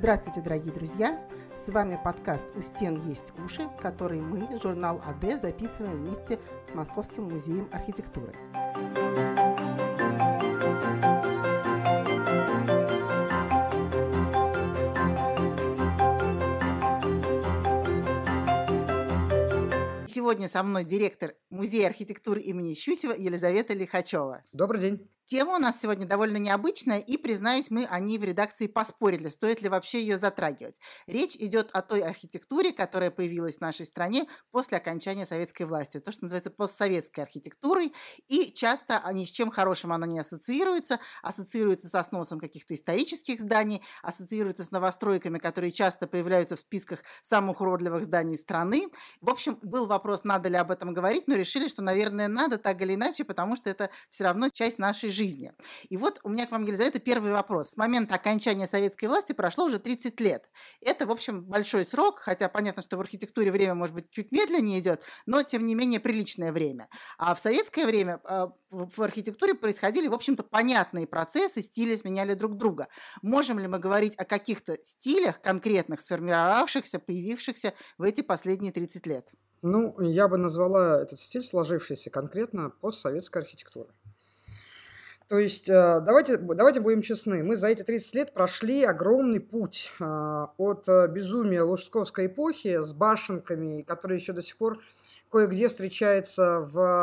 Здравствуйте, дорогие друзья! С вами подкаст «У стен есть уши», который мы, журнал АД, записываем вместе с Московским музеем архитектуры. Сегодня со мной директор Музея архитектуры имени Щусева Елизавета Лихачева. Добрый день. Тема у нас сегодня довольно необычная, и, признаюсь, мы о ней в редакции поспорили, стоит ли вообще ее затрагивать. Речь идет о той архитектуре, которая появилась в нашей стране после окончания советской власти, то, что называется постсоветской архитектурой, и часто ни с чем хорошим она не ассоциируется со сносом каких-то исторических зданий, ассоциируется с новостройками, которые часто появляются в списках самых уродливых зданий страны. В общем, был вопрос, надо ли об этом говорить, но решили, что, наверное, надо так или иначе, потому что это все равно часть нашей жизни. И вот у меня к вам, Елизавета, первый вопрос. С момента окончания советской власти прошло уже 30 лет. Это, в общем, большой срок, хотя понятно, что в архитектуре время, может быть, чуть медленнее идет, но, тем не менее, приличное время. А в советское время в архитектуре происходили, в общем-то, понятные процессы, стили сменяли друг друга. Можем ли мы говорить о каких-то стилях конкретных, сформировавшихся, появившихся в эти последние 30 лет? Я бы назвала этот стиль, сложившийся конкретно постсоветской архитектурой. То есть давайте будем честны, мы за эти 30 лет прошли огромный путь от безумия лужсковской эпохи с башенками, которые еще до сих пор кое-где встречаются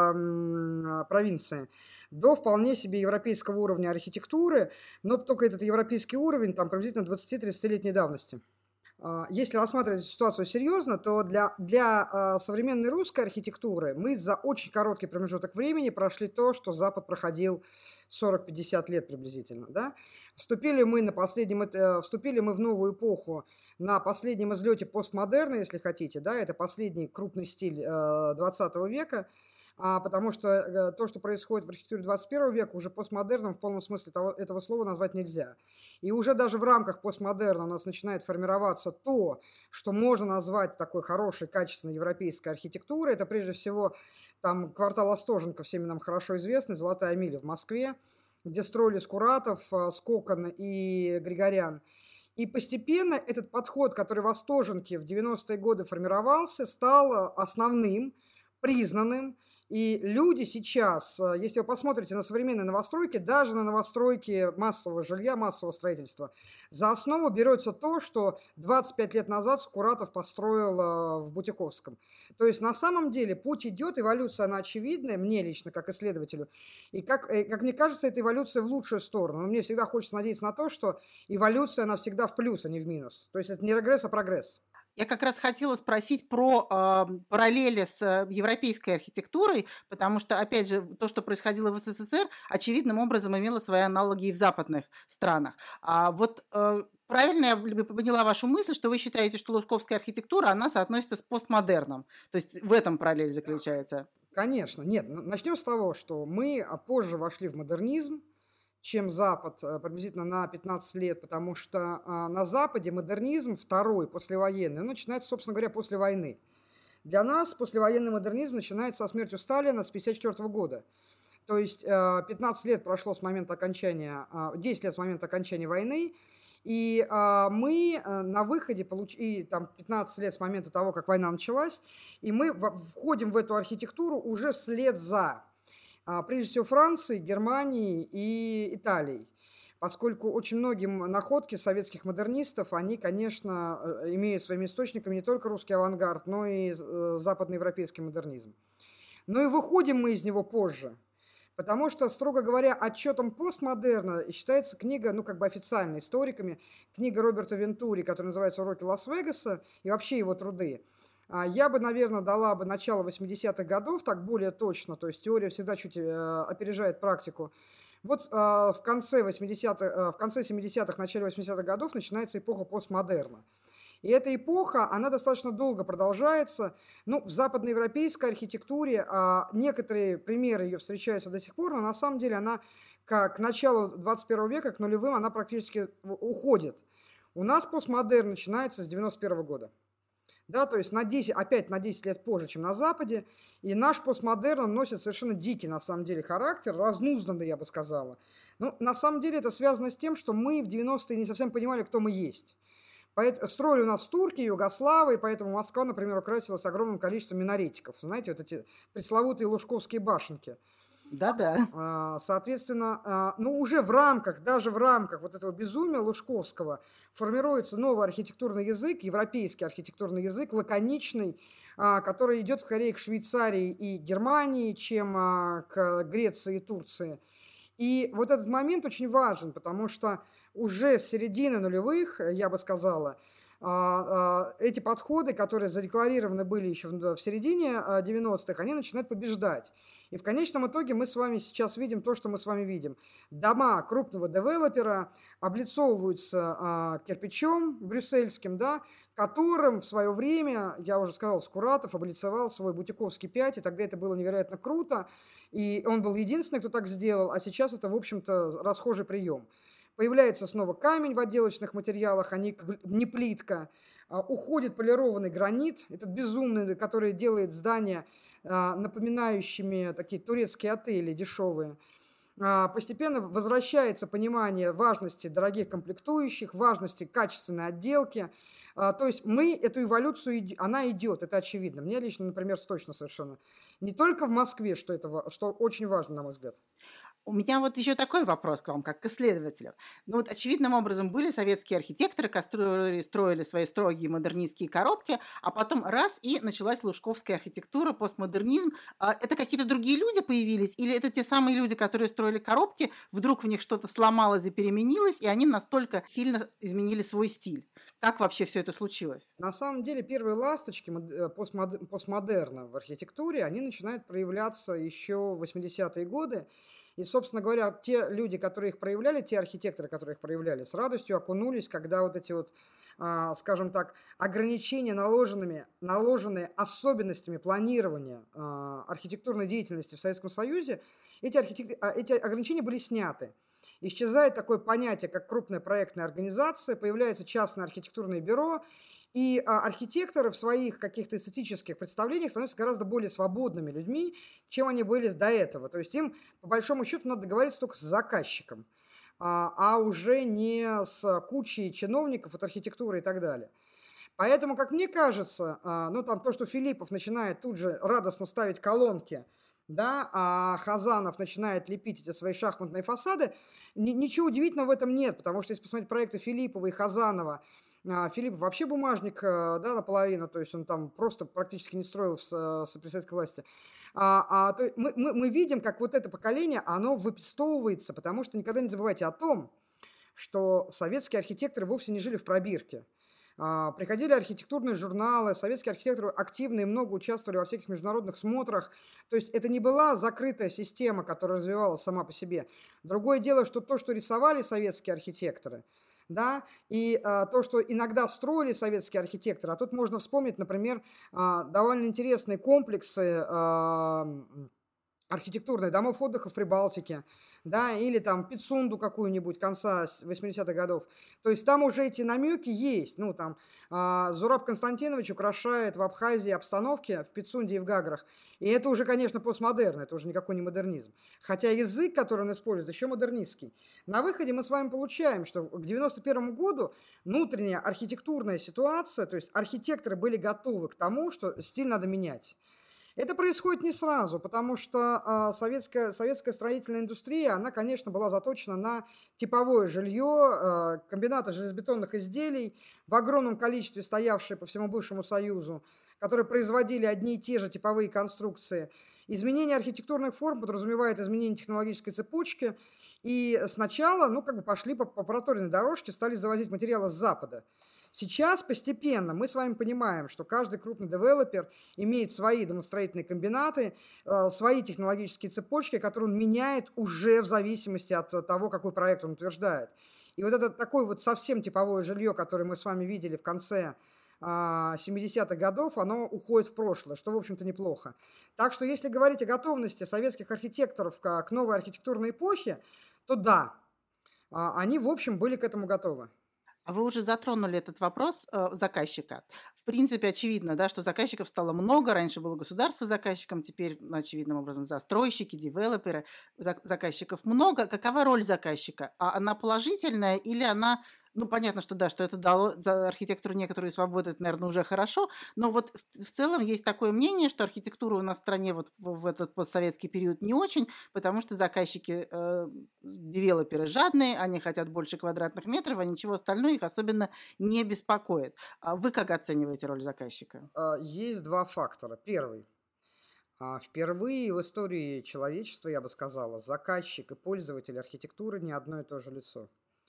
в провинции, до вполне себе европейского уровня архитектуры, но только этот европейский уровень там приблизительно 20-30-летней давности. Если рассматривать ситуацию серьезно, то для современной русской архитектуры мы за очень короткий промежуток времени прошли то, что Запад проходил 40-50 лет приблизительно. Да? Вступили мы в новую эпоху на последнем излете постмодерна, если хотите. Да? Это последний крупный стиль 20 века. Потому что то, что происходит в архитектуре 21 века, уже постмодерном в полном смысле этого слова назвать нельзя. И уже даже в рамках постмодерна у нас начинает формироваться то, что можно назвать такой хорошей, качественной европейской архитектурой. Это прежде всего там квартал Остоженко, всеми нам хорошо известный, Золотая миля в Москве, где строили Скуратов, Скокон и Григорян. И постепенно этот подход, который в Остоженке в 90-е годы формировался, стал основным, признанным. И люди сейчас, если вы посмотрите на современные новостройки, даже на новостройки массового жилья, массового строительства, за основу берется то, что 25 лет назад Скуратов построил в Бутиковском. То есть на самом деле путь идет, эволюция, она очевидная, мне лично, как исследователю. И как мне кажется, эта эволюция в лучшую сторону. Но мне всегда хочется надеяться на то, что эволюция, она всегда в плюс, а не в минус. То есть это не регресс, а прогресс. Я как раз хотела спросить про параллели с европейской архитектурой, потому что, опять же, то, что происходило в СССР, очевидным образом имело свои аналоги и в западных странах. Правильно я поняла вашу мысль, что вы считаете, что лужковская архитектура, она соотносится с постмодерном? То есть в этом параллель заключается? Конечно. Нет, начнем с того, что мы позже вошли в модернизм, чем Запад, приблизительно на 15 лет, потому что на Западе модернизм второй, послевоенный, начинается, собственно говоря, после войны. Для нас послевоенный модернизм начинается со смертью Сталина с 1954 года. То есть 15 лет прошло с момента окончания, 10 лет с момента окончания войны, и мы на выходе, и там 15 лет с момента того, как война началась, и мы входим в эту архитектуру уже вслед за прежде всего Францией, Германией и Италией, поскольку очень многие находки советских модернистов, они, конечно, имеют своими источниками не только русский авангард, но и западноевропейский модернизм. Но и выходим мы из него позже, потому что, строго говоря, отчетом постмодерна считается книга, официально историками, книга Роберта Вентури, которая называется «Уроки Лас-Вегаса», и вообще его труды. Я бы, наверное, дала бы начало 80-х годов, так более точно, то есть теория всегда чуть опережает практику. Вот в конце 70-х, начале 80-х годов начинается эпоха постмодерна. И эта эпоха, она достаточно долго продолжается. В западноевропейской архитектуре некоторые примеры ее встречаются до сих пор, но на самом деле она к началу 21 века, к нулевым, она практически уходит. У нас постмодерн начинается с 91 года. Да, то есть опять на 10 лет позже, чем на Западе. И наш постмодерн носит совершенно дикий, на самом деле, характер, разнузданный, я бы сказала. На самом деле это связано с тем, что мы в 90-е не совсем понимали, кто мы есть. Строили у нас турки, югославы, и поэтому Москва, например, украсилась огромным количеством минаретиков. Знаете, вот эти пресловутые лужковские башенки. Да-да. Соответственно, ну, уже в рамках, даже в рамках вот этого безумия Лужковского формируется новый архитектурный язык, европейский архитектурный язык, лаконичный, который идет скорее к Швейцарии и Германии, чем к Греции и Турции. И вот этот момент очень важен, потому что уже с середины нулевых, я бы сказала, эти подходы, которые задекларированы были еще в середине 90-х, они начинают побеждать. И в конечном итоге мы с вами сейчас видим то, что мы с вами видим. Дома крупного девелопера облицовываются кирпичом брюссельским, да, которым в свое время, я уже сказал, Скуратов облицевал свой Бутиковский 5, и тогда это было невероятно круто, и он был единственный, кто так сделал, а сейчас это, в общем-то, расхожий прием. Появляется снова камень в отделочных материалах, а не плитка. Уходит полированный гранит, этот безумный, который делает здания напоминающими такие турецкие отели дешевые. Постепенно возвращается понимание важности дорогих комплектующих, важности качественной отделки. То есть мы эту эволюцию, она идет, это очевидно. Мне лично, например, точно совершенно. Не только в Москве, что очень важно, на мой взгляд. У меня вот еще такой вопрос к вам, как к исследователю. Ну вот очевидным образом были советские архитекторы, которые строили свои строгие модернистские коробки, а потом раз и началась лужковская архитектура, постмодернизм. Это какие-то другие люди появились или это те самые люди, которые строили коробки, вдруг в них что-то сломалось и переменилось, и они настолько сильно изменили свой стиль? Как вообще все это случилось? На самом деле первые ласточки постмодерна в архитектуре, они начинают проявляться еще в 80-е годы. И, собственно говоря, те люди, которые их проявляли, те архитекторы, которые их проявляли, с радостью окунулись, когда вот эти вот, скажем так, ограничения, наложенные особенностями планирования архитектурной деятельности в Советском Союзе, эти ограничения были сняты. Исчезает такое понятие, как крупная проектная организация, появляется частное архитектурное бюро, и архитекторы в своих каких-то эстетических представлениях становятся гораздо более свободными людьми, чем они были до этого. То есть им, по большому счету, надо договориться только с заказчиком, уже не с кучей чиновников от архитектуры и так далее. Поэтому, как мне кажется, ну там то, что Филиппов начинает тут же радостно ставить колонки, да, а Хазанов начинает лепить эти свои шахматные фасады, ничего удивительного в этом нет, потому что если посмотреть проекты Филиппова и Хазанова, Филиппов вообще бумажник, да, наполовину, то есть он там просто практически не строил при советской власти. То есть мы видим, как вот это поколение, оно выпестовывается, потому что никогда не забывайте о том, что советские архитекторы вовсе не жили в пробирке. Приходили архитектурные журналы, советские архитекторы активно и много участвовали во всяких международных смотрах. То есть это не была закрытая система, которая развивалась сама по себе. Другое дело, что то, что рисовали советские архитекторы, да, и то, что иногда строили советские архитекторы, а тут можно вспомнить, например, довольно интересные комплексы архитектурные домов отдыха в Прибалтике, да, или там Пицунду какую-нибудь конца 80-х годов. То есть там уже эти намеки есть. Ну, там Зураб Константинович украшает в Абхазии обстановки в Пицунде и в Гаграх. И это уже, конечно, постмодерн, это уже никакой не модернизм. Хотя язык, который он использует, еще модернистский. На выходе мы с вами получаем, что к 91 году внутренняя архитектурная ситуация, то есть архитекторы были готовы к тому, что стиль надо менять. Это происходит не сразу, потому что советская строительная индустрия, она, конечно, была заточена на типовое жилье, комбинаты железобетонных изделий, в огромном количестве стоявшие по всему бывшему Союзу, которые производили одни и те же типовые конструкции. Изменение архитектурных форм подразумевает изменение технологической цепочки, и сначала, ну, как бы пошли по проторенной дорожке, стали завозить материалы с Запада. Сейчас постепенно мы с вами понимаем, что каждый крупный девелопер имеет свои домостроительные комбинаты, свои технологические цепочки, которые он меняет уже в зависимости от того, какой проект он утверждает. И вот это такое вот совсем типовое жилье, которое мы с вами видели в конце 70-х годов, оно уходит в прошлое, что, в общем-то, неплохо. Так что, если говорить о готовности советских архитекторов к новой архитектурной эпохе, то да, они, в общем, были к этому готовы. А вы уже затронули этот вопрос заказчика. В принципе, очевидно, да, что заказчиков стало много. Раньше было государство заказчиком, теперь, очевидным образом, застройщики, девелоперы. Заказчиков много. Какова роль заказчика? А она положительная или она Ну, понятно, что да, что это дало за архитектуру некоторую свободу, это, наверно, уже хорошо. Но вот в целом есть такое мнение, что архитектура у нас в стране вот в этот постсоветский период не очень, потому что заказчики, девелоперы жадные, они хотят больше квадратных метров, а ничего остальное их особенно не беспокоит. А вы как оцениваете роль заказчика? Есть 2 фактора. Первый. Впервые в истории человечества, я бы сказала, заказчик и пользователь архитектуры не одно и то же лицо.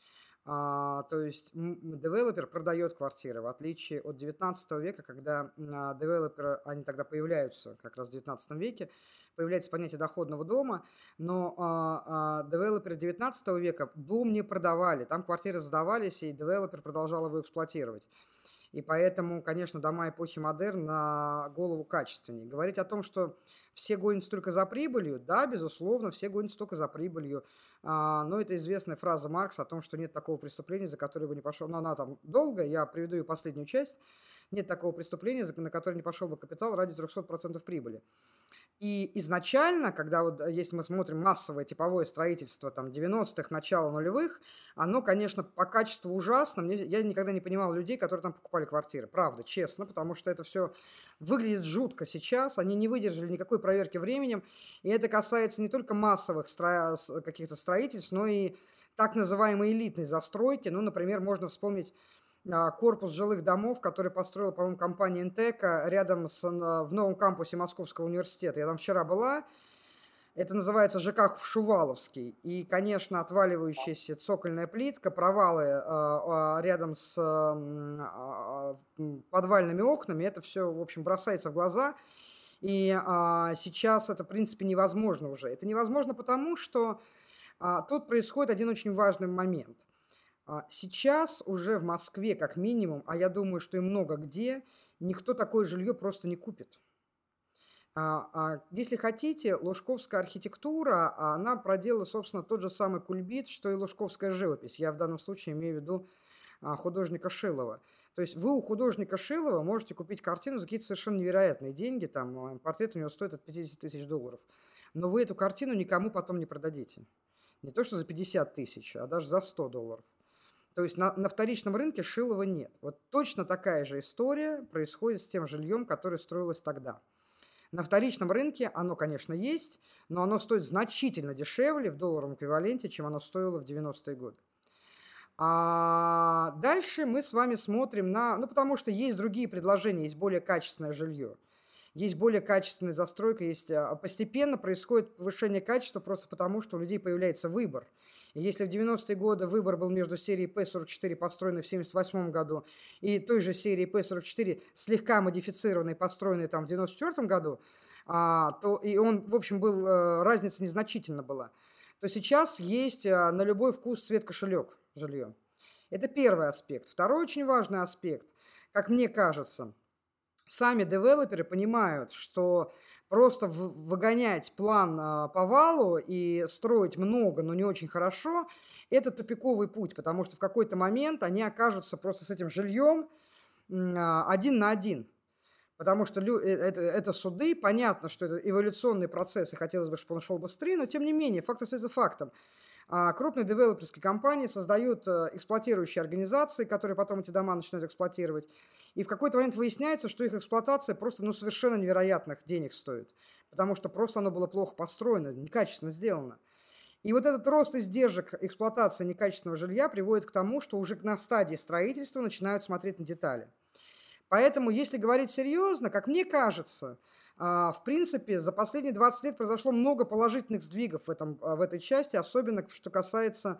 То есть девелопер продает квартиры, в отличие от 19 века, когда девелоперы, они тогда появляются, как раз в 19 веке, появляется понятие доходного дома, но девелоперы 19 века дом не продавали, там квартиры сдавались, и девелопер продолжал его эксплуатировать. И поэтому, конечно, дома эпохи модерн на голову качественнее. Говорить о том, что все гонятся только за прибылью, да, безусловно, все гонятся только за прибылью. Но это известная фраза Маркса о том, что нет такого преступления, за которое бы не пошел. Но она там долгая, я приведу ее последнюю часть. Нет такого преступления, на которое не пошел бы капитал ради 300% прибыли. И изначально, когда вот, если мы смотрим массовое типовое строительство там 90-х, начала нулевых, оно, конечно, по качеству ужасно. Я никогда не понимал людей, которые там покупали квартиры. Правда, честно, потому что это все выглядит жутко сейчас. Они не выдержали никакой проверки временем. И это касается не только массовых каких-то строительств, но и так называемой элитной застройки. Ну, например, можно вспомнить корпус жилых домов, который построила, по-моему, компания «Интека» рядом в новом кампусе Московского университета. Я там вчера была. Это называется ЖК Шуваловский. И, конечно, отваливающаяся цокольная плитка, провалы рядом с подвальными окнами. Это все, в общем, бросается в глаза. И сейчас это, в принципе, невозможно уже. Это невозможно потому, что тут происходит один очень важный момент – сейчас уже в Москве, как минимум, а я думаю, что и много где, никто такое жилье просто не купит. Если хотите, лужковская архитектура, она проделала, собственно, тот же самый кульбит, что и лужковская живопись. Я в данном случае имею в виду художника Шилова. То есть вы у художника Шилова можете купить картину за какие-то совершенно невероятные деньги, там портрет у него стоит от 50 тысяч долларов, но вы эту картину никому потом не продадите. Не то, что за 50 тысяч, а даже за 100 долларов. То есть на вторичном рынке Шилова нет. Вот точно такая же история происходит с тем жильем, которое строилось тогда. На вторичном рынке оно, конечно, есть, но оно стоит значительно дешевле в долларовом эквиваленте, чем оно стоило в 90-е годы. А дальше мы с вами смотрим ну, потому что есть другие предложения, есть более качественное жилье. Есть более качественная застройка, постепенно происходит повышение качества просто потому, что у людей появляется выбор. И если в 90-е годы выбор был между серией П-44, построенной в 1978 году, и той же серией П-44, слегка модифицированной, построенной там в 1994 году, то и он, в общем, разница незначительна была, то сейчас есть на любой вкус, цвет, кошелек жилье. Это первый аспект. Второй очень важный аспект, как мне кажется, сами девелоперы понимают, что просто выгонять план по валу и строить много, но не очень хорошо, это тупиковый путь, потому что в какой-то момент они окажутся просто с этим жильем один на один. Потому что это суды, понятно, что это эволюционный процесс, и хотелось бы, чтобы он шел быстрее, но тем не менее, факт остается фактом. Крупные девелоперские компании создают эксплуатирующие организации, которые потом эти дома начинают эксплуатировать. И в какой-то момент выясняется, что их эксплуатация просто совершенно невероятных денег стоит. Потому что просто оно было плохо построено, некачественно сделано. И вот этот рост издержек эксплуатации некачественного жилья приводит к тому, что уже на стадии строительства начинают смотреть на детали. Поэтому, если говорить серьезно, как мне кажется, в принципе, за последние 20 лет произошло много положительных сдвигов в этой части, особенно что касается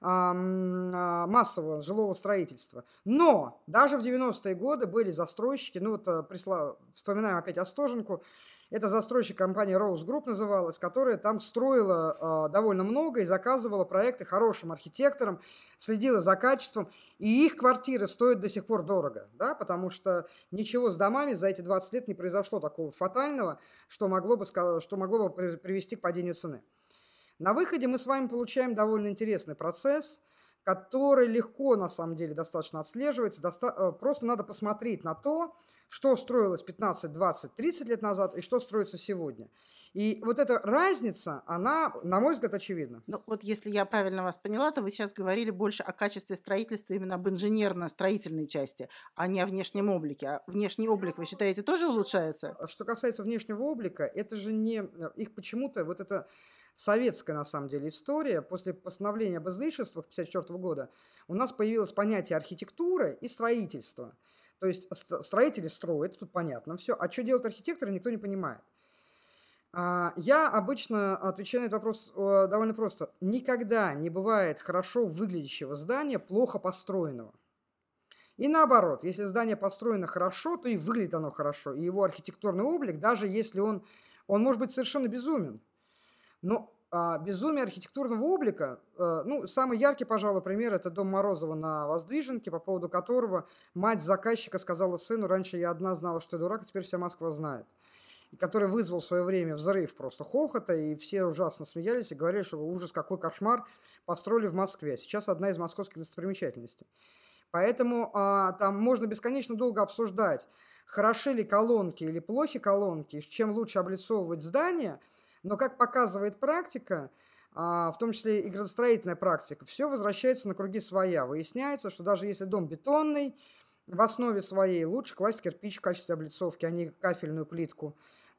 массового жилого строительства. Но даже в 90-е годы были застройщики, вспоминаем опять Остоженку, это застройщик компании Rose Group называлась, которая там строила довольно много и заказывала проекты хорошим архитекторам, следила за качеством, и их квартиры стоят до сих пор дорого, да, потому что ничего с домами за эти 20 лет не произошло такого фатального, что могло бы привести к падению цены. На выходе мы с вами получаем довольно интересный процесс, в который легко, на самом деле, достаточно отслеживается. Просто надо посмотреть на то, что строилось 15, 20, 30 лет назад и что строится сегодня. И вот эта разница, она, на мой взгляд, очевидна. Ну, вот если я правильно вас поняла, то вы сейчас говорили больше о качестве строительства именно об инженерно-строительной части, а не о внешнем облике. А внешний облик, вы считаете, тоже улучшается? Что касается внешнего облика, это же не... Их почему-то, вот это советская, на самом деле, история. После постановления об излишествах 1954 года у нас появилось понятие архитектуры и строительства. То есть строители строят, тут понятно все, а что делают архитекторы, никто не понимает. Я обычно отвечаю на этот вопрос довольно просто. Никогда не бывает хорошо выглядящего здания плохо построенного. И наоборот, если здание построено хорошо, то и выглядит оно хорошо. И его архитектурный облик, даже если он может быть совершенно безумен. Но безумие архитектурного облика, ну, самый яркий, пожалуй, пример – это дом Морозова на Воздвиженке, по поводу которого мать заказчика сказала сыну: раньше я одна знала, что я дурак, а теперь вся Москва знает. И который вызвал в свое время взрыв просто хохота, и все ужасно смеялись и говорили, что ужас, какой кошмар построили в Москве. Сейчас одна из московских достопримечательностей. Поэтому там можно бесконечно долго обсуждать, хороши ли колонки или плохи колонки, чем лучше облицовывать здание, но, как показывает практика, в том числе и градостроительная практика, все возвращается на круги своя. Выясняется, что даже если дом бетонный, в основе своей лучше класть кирпич в качестве облицовки, а не кафельную плитку.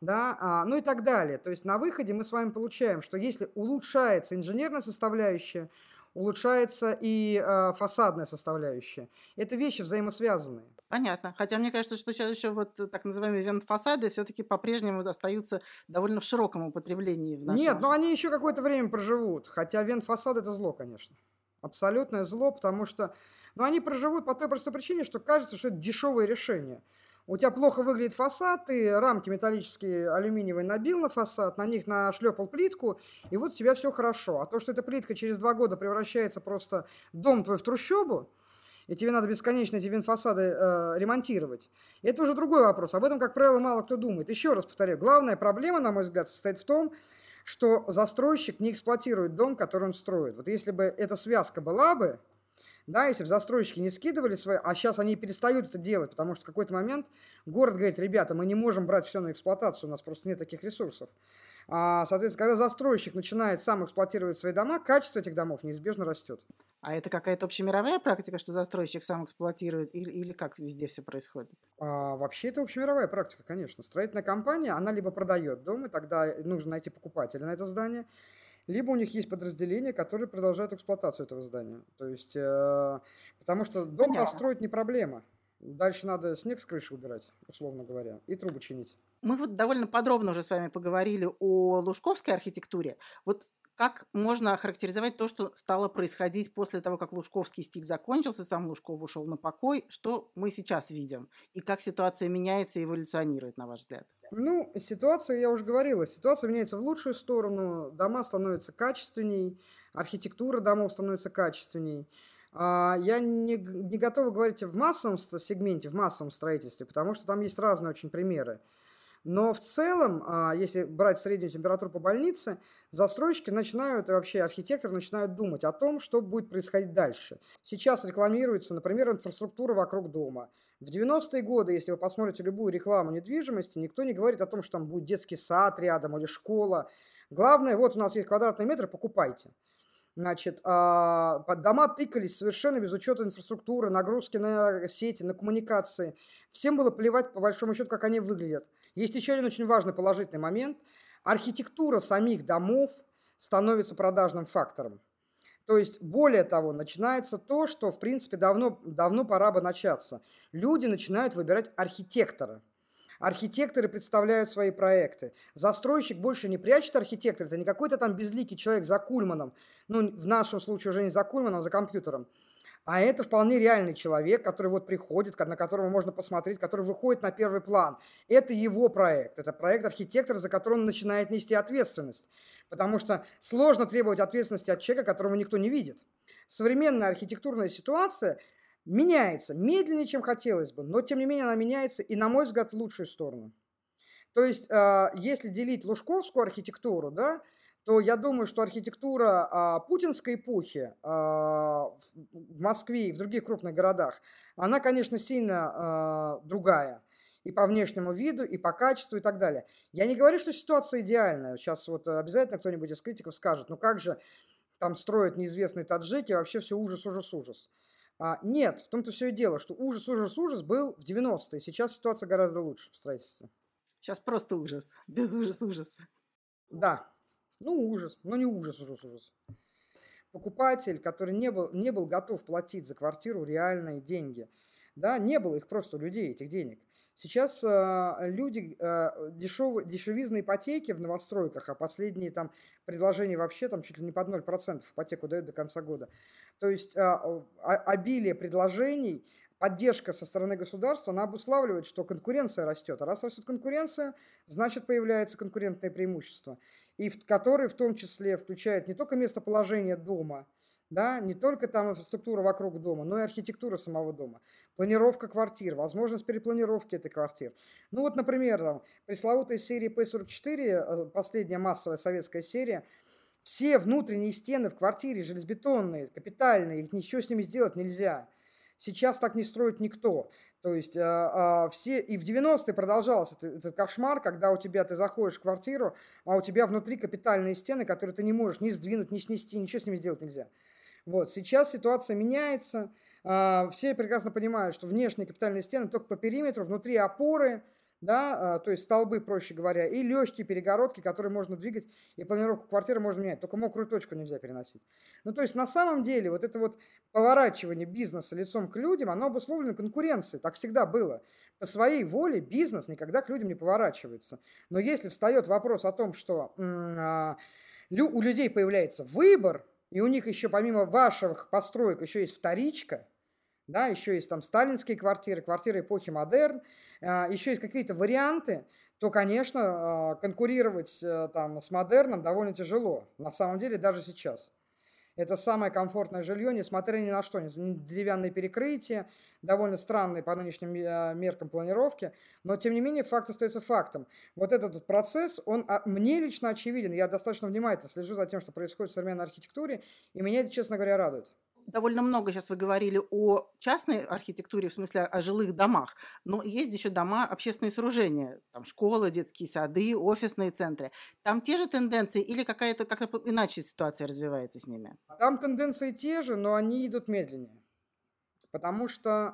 Да, ну и так далее. То есть на выходе мы с вами получаем, что если улучшается инженерная составляющая, улучшается и фасадная составляющая. Это вещи взаимосвязанные. Понятно. Хотя мне кажется, что сейчас еще вот так называемые вент-фасады все-таки по-прежнему остаются довольно в широком употреблении в Нет, нашем... но они еще какое-то время проживут. Хотя вент-фасад – это зло, конечно. Абсолютное зло, потому что они проживут по той простой причине, что кажется, что это дешевое решение. У тебя плохо выглядит фасад, ты рамки металлические алюминиевые набил на фасад, на них нашлепал плитку, и вот у тебя все хорошо. А то, что эта плитка через 2 года превращается просто дом твой в трущобу, и тебе надо бесконечно эти вентфасады ремонтировать, это уже другой вопрос. Об этом, как правило, мало кто думает. Еще раз повторяю, главная проблема, на мой взгляд, состоит в том, что застройщик не эксплуатирует дом, который он строит. Вот если бы эта связка была бы, да, если бы застройщики не скидывали свои, а сейчас они перестают это делать, потому что в какой-то момент город говорит: ребята, мы не можем брать все на эксплуатацию, у нас просто нет таких ресурсов. Соответственно, когда застройщик начинает сам эксплуатировать свои дома, качество этих домов неизбежно растет. А это какая-то общемировая практика, что застройщик сам эксплуатирует, или как везде все происходит? Вообще это общемировая практика, конечно. Строительная компания, она либо продает дом, и тогда нужно найти покупателя на это здание, либо у них есть подразделения, которые продолжают эксплуатацию этого здания. То есть, потому что дом Понятно. построить не проблема. Дальше надо снег с крыши убирать, условно говоря, и трубы чинить. Мы вот довольно подробно уже с вами поговорили о лужковской архитектуре. Вот как можно охарактеризовать то, что стало происходить после того, как лужковский стиль закончился, сам Лужков ушел на покой, что мы сейчас видим, и как ситуация меняется и эволюционирует, на ваш взгляд? Ну, ситуация, я уже говорила, ситуация меняется в лучшую сторону, дома становятся качественней, архитектура домов становится качественней. Я не готова говорить в массовом сегменте, в массовом строительстве, потому что там есть разные очень примеры. Но в целом, если брать среднюю температуру по больнице, застройщики начинают, и вообще архитекторы начинают думать о том, что будет происходить дальше. Сейчас рекламируется, например, инфраструктура вокруг дома. В 90-е годы, если вы посмотрите любую рекламу недвижимости, никто не говорит о том, что там будет детский сад рядом или школа. Главное, вот у нас есть квадратные метры, покупайте. Значит, дома тыкались совершенно без учета инфраструктуры, нагрузки на сети, на коммуникации. Всем было плевать, по большому счету, как они выглядят. Есть еще один очень важный положительный момент. Архитектура самих домов становится продажным фактором. То есть, более того, начинается то, что, в принципе, давно пора бы начаться. Люди начинают выбирать архитектора. Архитекторы представляют свои проекты. Застройщик больше не прячет архитектора. Это не какой-то там безликий человек за кульманом. Ну, в нашем случае уже не за кульманом, а за компьютером. А это вполне реальный человек, который вот приходит, на которого можно посмотреть, который выходит на первый план. Это его проект. Это проект архитектора, за который он начинает нести ответственность. Потому что сложно требовать ответственности от человека, которого никто не видит. Современная архитектурная ситуация меняется медленнее, чем хотелось бы, но тем не менее она меняется и, на мой взгляд, в лучшую сторону. То есть, если делить лужковскую архитектуру, да, то я думаю, что архитектура путинской эпохи в Москве и в других крупных городах, она, конечно, сильно другая. И по внешнему виду, и по качеству, и так далее. Я не говорю, что ситуация идеальная. Сейчас вот обязательно кто-нибудь из критиков скажет, ну как же там строят неизвестные таджики, вообще все ужас, ужас, ужас. Нет, в том-то все и дело, что ужас, ужас, ужас был в 90-е. Сейчас ситуация гораздо лучше в строительстве. Сейчас просто ужас, без ужаса. Да, ну ужас, но не ужас, ужас, ужас. Покупатель, который не был готов платить за квартиру реальные деньги, да, не было их просто у людей, этих денег. Сейчас люди дешевизны ипотеки в новостройках, а последние там предложения вообще там чуть ли не под 0% ипотеку дают до конца года. То есть обилие предложений, поддержка со стороны государства, она обуславливает, что конкуренция растет. А раз растет конкуренция, значит появляется конкурентное преимущество, и которые в том числе включают не только местоположение дома, да, не только там инфраструктура вокруг дома, но и архитектура самого дома, планировка квартир, возможность перепланировки этой квартир. Ну вот, например, там, пресловутая серия П-44, последняя массовая советская серия, все внутренние стены в квартире железобетонные, капитальные, их ничего с ними сделать нельзя. Сейчас так не строит никто. То есть все, и в 90-е продолжался этот кошмар, когда у тебя, ты заходишь в квартиру, а у тебя внутри капитальные стены, которые ты не можешь ни сдвинуть, ни снести, ничего с ними сделать нельзя. Вот, сейчас ситуация меняется, все прекрасно понимают, что внешние капитальные стены только по периметру, внутри опоры, да, то есть столбы, проще говоря, и легкие перегородки, которые можно двигать, и планировку квартиры можно менять, только мокрую точку нельзя переносить. Ну, то есть на самом деле вот это вот поворачивание бизнеса лицом к людям, оно обусловлено конкуренцией, так всегда было. По своей воле бизнес никогда к людям не поворачивается. Но если встает вопрос о том, что у людей появляется выбор, и у них еще помимо ваших построек еще есть вторичка, да, еще есть там сталинские квартиры, квартиры эпохи модерн, еще есть какие-то варианты, то, конечно, конкурировать там с модерном довольно тяжело, на самом деле даже сейчас. Это самое комфортное жилье, несмотря ни на что, деревянные перекрытия, довольно странные по нынешним меркам планировки, но тем не менее факт остается фактом. Вот этот процесс, он мне лично очевиден, я достаточно внимательно слежу за тем, что происходит в современной архитектуре, и меня это, честно говоря, радует. Довольно много сейчас вы говорили о частной архитектуре, в смысле о жилых домах, но есть еще дома, общественные сооружения, там школы, детские сады, офисные центры. Там те же тенденции или какая-то как-то иначе ситуация развивается с ними? Там тенденции те же, но они идут медленнее. Потому что,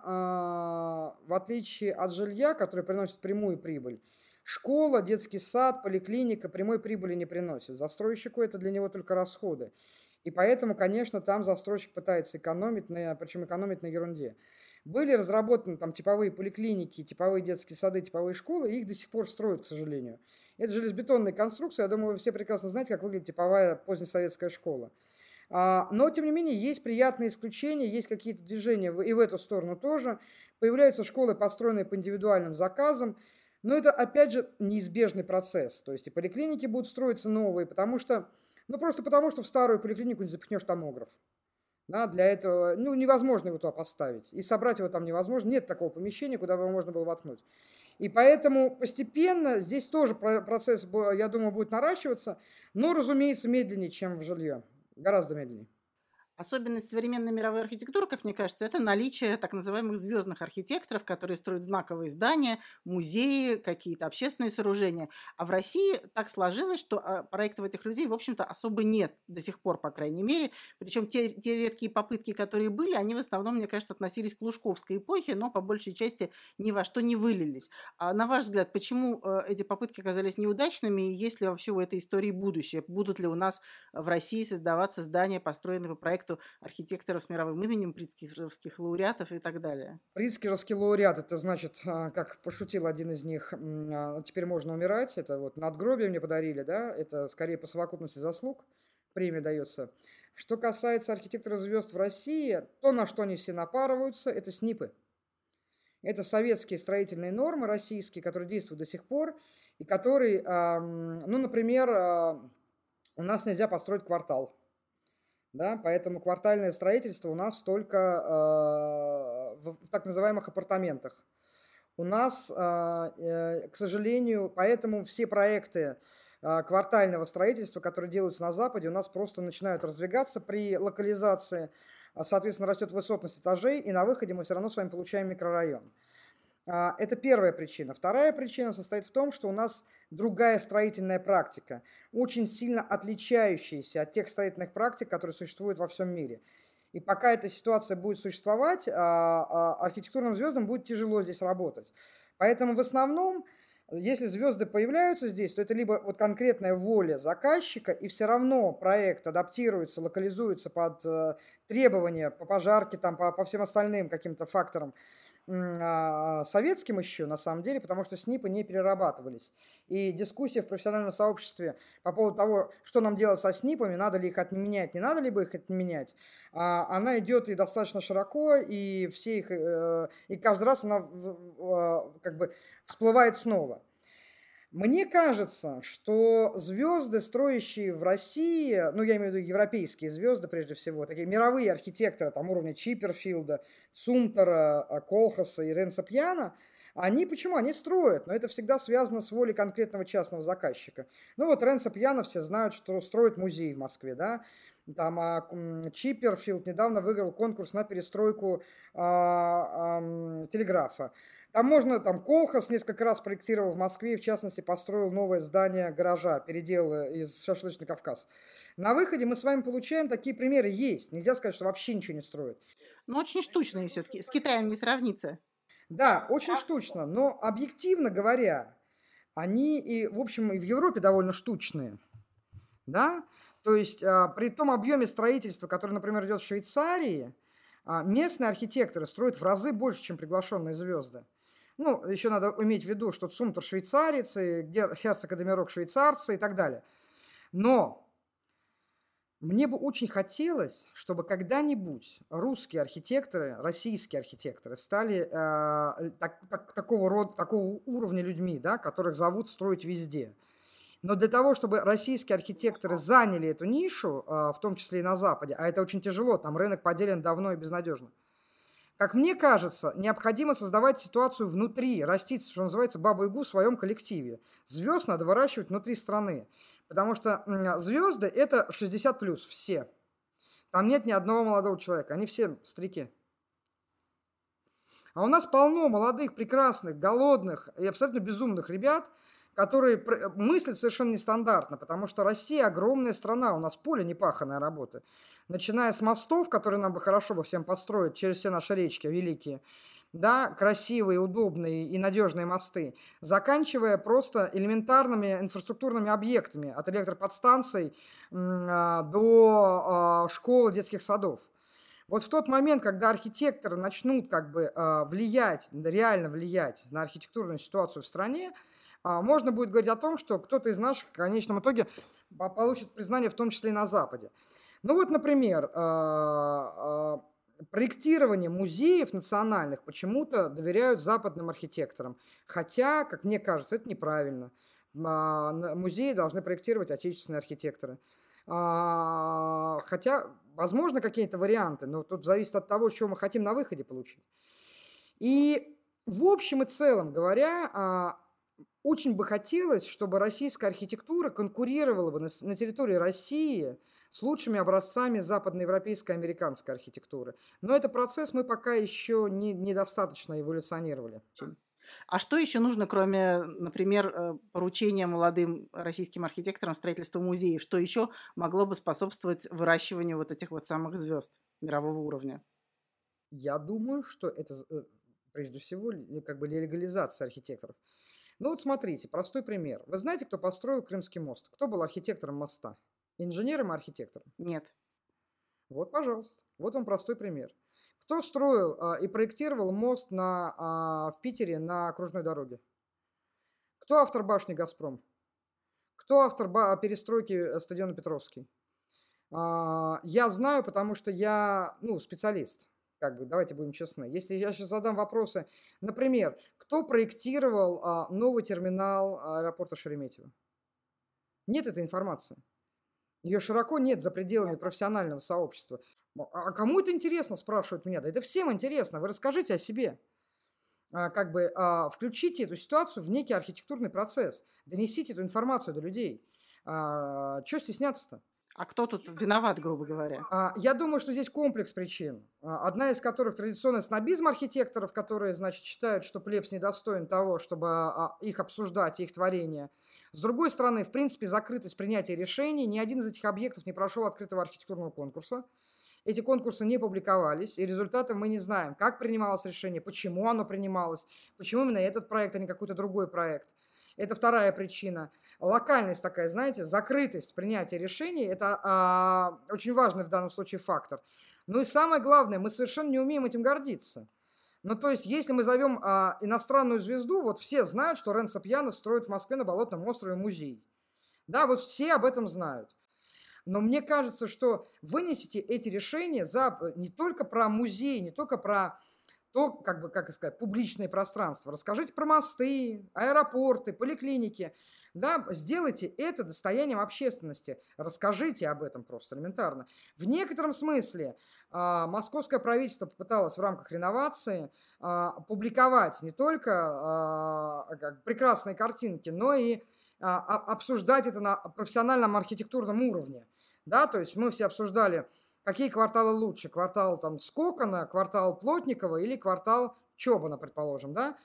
в отличие от жилья, которое приносит прямую прибыль, школа, детский сад, поликлиника прямой прибыли не приносит. Застройщику это для него только расходы. И поэтому, конечно, там застройщик пытается экономить, причем экономить на ерунде. Были разработаны там типовые поликлиники, типовые детские сады, типовые школы, и их до сих пор строят, к сожалению. Это железобетонная конструкция, я думаю, вы все прекрасно знаете, как выглядит типовая позднесоветская школа. Но, тем не менее, есть приятные исключения, есть какие-то движения и в эту сторону тоже. Появляются школы, построенные по индивидуальным заказам, но это, опять же, неизбежный процесс. То есть и поликлиники будут строиться новые, потому что, ну, просто потому что в старую поликлинику не запихнешь томограф. Да, для этого, ну, невозможно его туда поставить. И собрать его там невозможно. Нет такого помещения, куда бы его можно было воткнуть. И поэтому постепенно здесь тоже процесс, я думаю, будет наращиваться, но, разумеется, медленнее, чем в жилье. Гораздо медленнее. Особенность современной мировой архитектуры, как мне кажется, это наличие так называемых звездных архитекторов, которые строят знаковые здания, музеи, какие-то общественные сооружения. А в России так сложилось, что проектов этих людей, в общем-то, особо нет до сих пор, по крайней мере. Причем те редкие попытки, которые были, они в основном, мне кажется, относились к лужковской эпохе, но по большей части ни во что не вылились. А на ваш взгляд, почему эти попытки оказались неудачными, и есть ли вообще у этой истории будущее? Будут ли у нас в России создаваться здания, построенные по проекту архитекторов с мировым именем, прицкеровских лауреатов и так далее? Прицкеровский лауреат, это значит, как пошутил один из них, теперь можно умирать, это вот надгробие мне подарили, да, это скорее по совокупности заслуг, премия дается. Что касается архитектора звезд в России, то, на что они все напарываются, это СНИПы. Это советские строительные нормы российские, которые действуют до сих пор, и которые, ну, например, у нас нельзя построить квартал. Да, поэтому квартальное строительство у нас только в так называемых апартаментах. У нас, к сожалению, поэтому все проекты квартального строительства, которые делаются на Западе, у нас просто начинают раздвигаться при локализации, соответственно, растет высотность этажей, и на выходе мы все равно с вами получаем микрорайон. Это первая причина. Вторая причина состоит в том, что у нас другая строительная практика, очень сильно отличающаяся от тех строительных практик, которые существуют во всем мире. И пока эта ситуация будет существовать, архитектурным звездам будет тяжело здесь работать. Поэтому в основном, если звезды появляются здесь, то это либо вот конкретная воля заказчика, и все равно проект адаптируется, локализуется под требования по пожарке, там, по всем остальным каким-то факторам, советским еще, на самом деле, потому что СНИПы не перерабатывались. И дискуссия в профессиональном сообществе по поводу того, что нам делать со СНИПами, надо ли их отменять, не надо ли бы их отменять, она идет и достаточно широко, и все их, и каждый раз она как бы всплывает снова. Мне кажется, что звезды, строящие в России, ну, я имею в виду европейские звезды, прежде всего, такие мировые архитекторы, там, уровня Чипперфилда, Цумтера, Колхаса и Ренца Пьяна, они почему? Они строят, но это всегда связано с волей конкретного частного заказчика. Ну, вот Ренца Пьяна все знают, что строит музей в Москве, да, там Чипперфилд недавно выиграл конкурс на перестройку телеграфа. Там Колхас несколько раз проектировал в Москве, и в частности построил новое здание гаража, переделал из Шашлычный Кавказ. На выходе мы с вами получаем, такие примеры есть. Нельзя сказать, что вообще ничего не строят. Но очень штучные все-таки. С Китаем не сравнится. Да, очень штучно, но объективно говоря, они и, в общем, и в Европе довольно штучные. Да? То есть при том объеме строительства, который, например, идет в Швейцарии, местные архитекторы строят в разы больше, чем приглашенные звезды. Ну, еще надо иметь в виду, что Цумтер швейцарец, и Герцог и Демирок швейцарцы и так далее. Но мне бы очень хотелось, чтобы когда-нибудь русские архитекторы, российские архитекторы стали такого рода, такого уровня людьми, да, которых зовут строить везде. Но для того, чтобы российские архитекторы заняли эту нишу, в том числе и на Западе, а это очень тяжело, там рынок поделен давно и безнадежно, как мне кажется, необходимо создавать ситуацию внутри, растить, что называется, бабу-ягу в своем коллективе. Звезд надо выращивать внутри страны, потому что звезды – это 60+, все. Там нет ни одного молодого человека, они все старики. А у нас полно молодых, прекрасных, голодных и абсолютно безумных ребят, которые мыслят совершенно нестандартно, потому что Россия огромная страна, у нас поле непаханой работы. Начиная с мостов, которые нам бы хорошо бы всем построить через все наши речки великие, да, красивые, удобные и надежные мосты, заканчивая просто элементарными инфраструктурными объектами, от электроподстанций до школ и детских садов. Вот в тот момент, когда архитекторы начнут как бы влиять, реально влиять на архитектурную ситуацию в стране, можно будет говорить о том, что кто-то из наших в конечном итоге получит признание, в том числе и на Западе. Ну вот, например, проектирование музеев национальных почему-то доверяют западным архитекторам. Хотя, как мне кажется, это неправильно. Музеи должны проектировать отечественные архитекторы. Хотя, возможно, какие-то варианты, но тут зависит от того, что мы хотим на выходе получить. И в общем и целом говоря, очень бы хотелось, чтобы российская архитектура конкурировала бы на территории России с лучшими образцами западноевропейской и американской архитектуры. Но этот процесс мы пока еще недостаточно эволюционировали. А что еще нужно, кроме, например, поручения молодым российским архитекторам строительства музеев? Что еще могло бы способствовать выращиванию вот этих вот самых звезд мирового уровня? Я думаю, что это прежде всего как бы легализация архитекторов. Ну вот смотрите, простой пример. Вы знаете, кто построил Крымский мост? Кто был архитектором моста? Инженером и архитектором? Нет. Вот, пожалуйста. Вот вам простой пример. Кто строил и проектировал мост в Питере на окружной дороге? Кто автор башни «Газпром»? Кто автор перестройки стадиона Петровский? Я знаю, потому что я специалист. Как бы, давайте будем честны. Если я сейчас задам вопросы, например, кто проектировал новый терминал аэропорта Шереметьево? Нет этой информации. Ее широко нет за пределами профессионального сообщества. А кому это интересно, спрашивают меня. Да это всем интересно. Вы расскажите о себе. Включите эту ситуацию в некий архитектурный процесс. Донесите эту информацию до людей. Чё стесняться-то? А кто тут виноват, грубо говоря? Я думаю, что здесь комплекс причин, одна из которых традиционный снобизм архитекторов, которые, значит, считают, что плебс недостоин того, чтобы их обсуждать, их творение. С другой стороны, в принципе, закрытость принятия решений. Ни один из этих объектов не прошел открытого архитектурного конкурса. Эти конкурсы не публиковались, и результаты мы не знаем, как принималось решение, почему оно принималось, почему именно этот проект, а не какой-то другой проект. Это вторая причина. Локальность такая, знаете, закрытость принятия решений – это очень важный в данном случае фактор. Ну и самое главное, мы совершенно не умеем этим гордиться. Ну, то есть, если мы зовем иностранную звезду, вот все знают, что Ренцо Пьяно строит в Москве на Болотном острове музей. Да, вот все об этом знают. Но мне кажется, что вынесите эти решения не только про музей, не только про то, как сказать, публичное пространство. Расскажите про мосты, аэропорты, поликлиники. Да, сделайте это достоянием общественности. Расскажите об этом просто элементарно. В некотором смысле московское правительство попыталось в рамках реновации публиковать не только прекрасные картинки, но и обсуждать это на профессиональном архитектурном уровне. Да, то есть мы все обсуждали, какие кварталы лучше, квартал там Скокона, квартал Плотникова или квартал Чобана, предположим, да?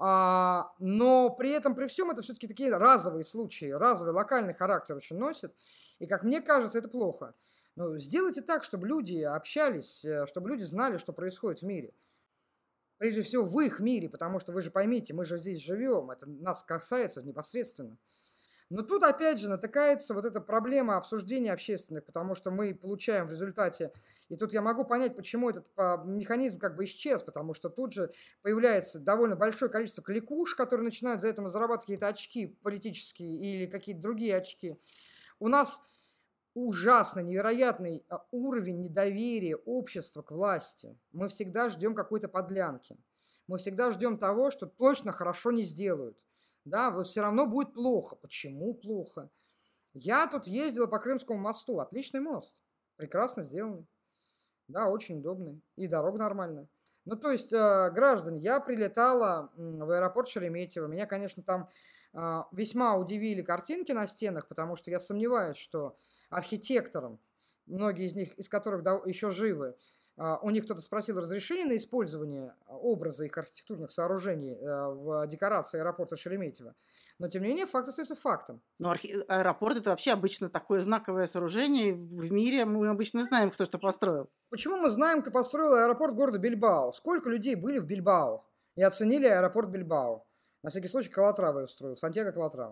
Но при этом, при всем, это все-таки такие разовые случаи, разовый локальный характер очень носит, и, как мне кажется, это плохо. Но сделайте так, чтобы люди общались, чтобы люди знали, что происходит в мире. Прежде всего, в их мире, потому что вы же поймите, мы же здесь живем, это нас касается непосредственно. Но тут опять же натыкается вот эта проблема обсуждения общественных, потому что мы получаем в результате, и тут я могу понять, почему этот механизм как бы исчез, потому что тут же появляется довольно большое количество кликуш, которые начинают за это зарабатывать какие-то очки политические или какие-то другие очки. У нас ужасно невероятный уровень недоверия общества к власти. Мы всегда ждем какой-то подлянки. Мы всегда ждем того, что точно хорошо не сделают. Да, вот все равно будет плохо. Почему плохо? Я тут ездила по Крымскому мосту. Отличный мост. Прекрасно сделанный. Да, очень удобный. И дорога нормальная. Ну, то есть, граждане, я прилетала в аэропорт Шереметьево. Меня, конечно, там весьма удивили картинки на стенах, потому что я сомневаюсь, что архитекторам, многие из них, из которых еще живы, у них кто-то спросил разрешение на использование образа их архитектурных сооружений в декорации аэропорта Шереметьево. Но, тем не менее, факт остается фактом. Но аэропорт – это вообще обычно такое знаковое сооружение. В мире мы обычно знаем, кто что построил. Почему мы знаем, кто построил аэропорт города Бильбао? Сколько людей были в Бильбао и оценили аэропорт Бильбао? На всякий случай Калатрава устроил, Сантьяго Калатрава.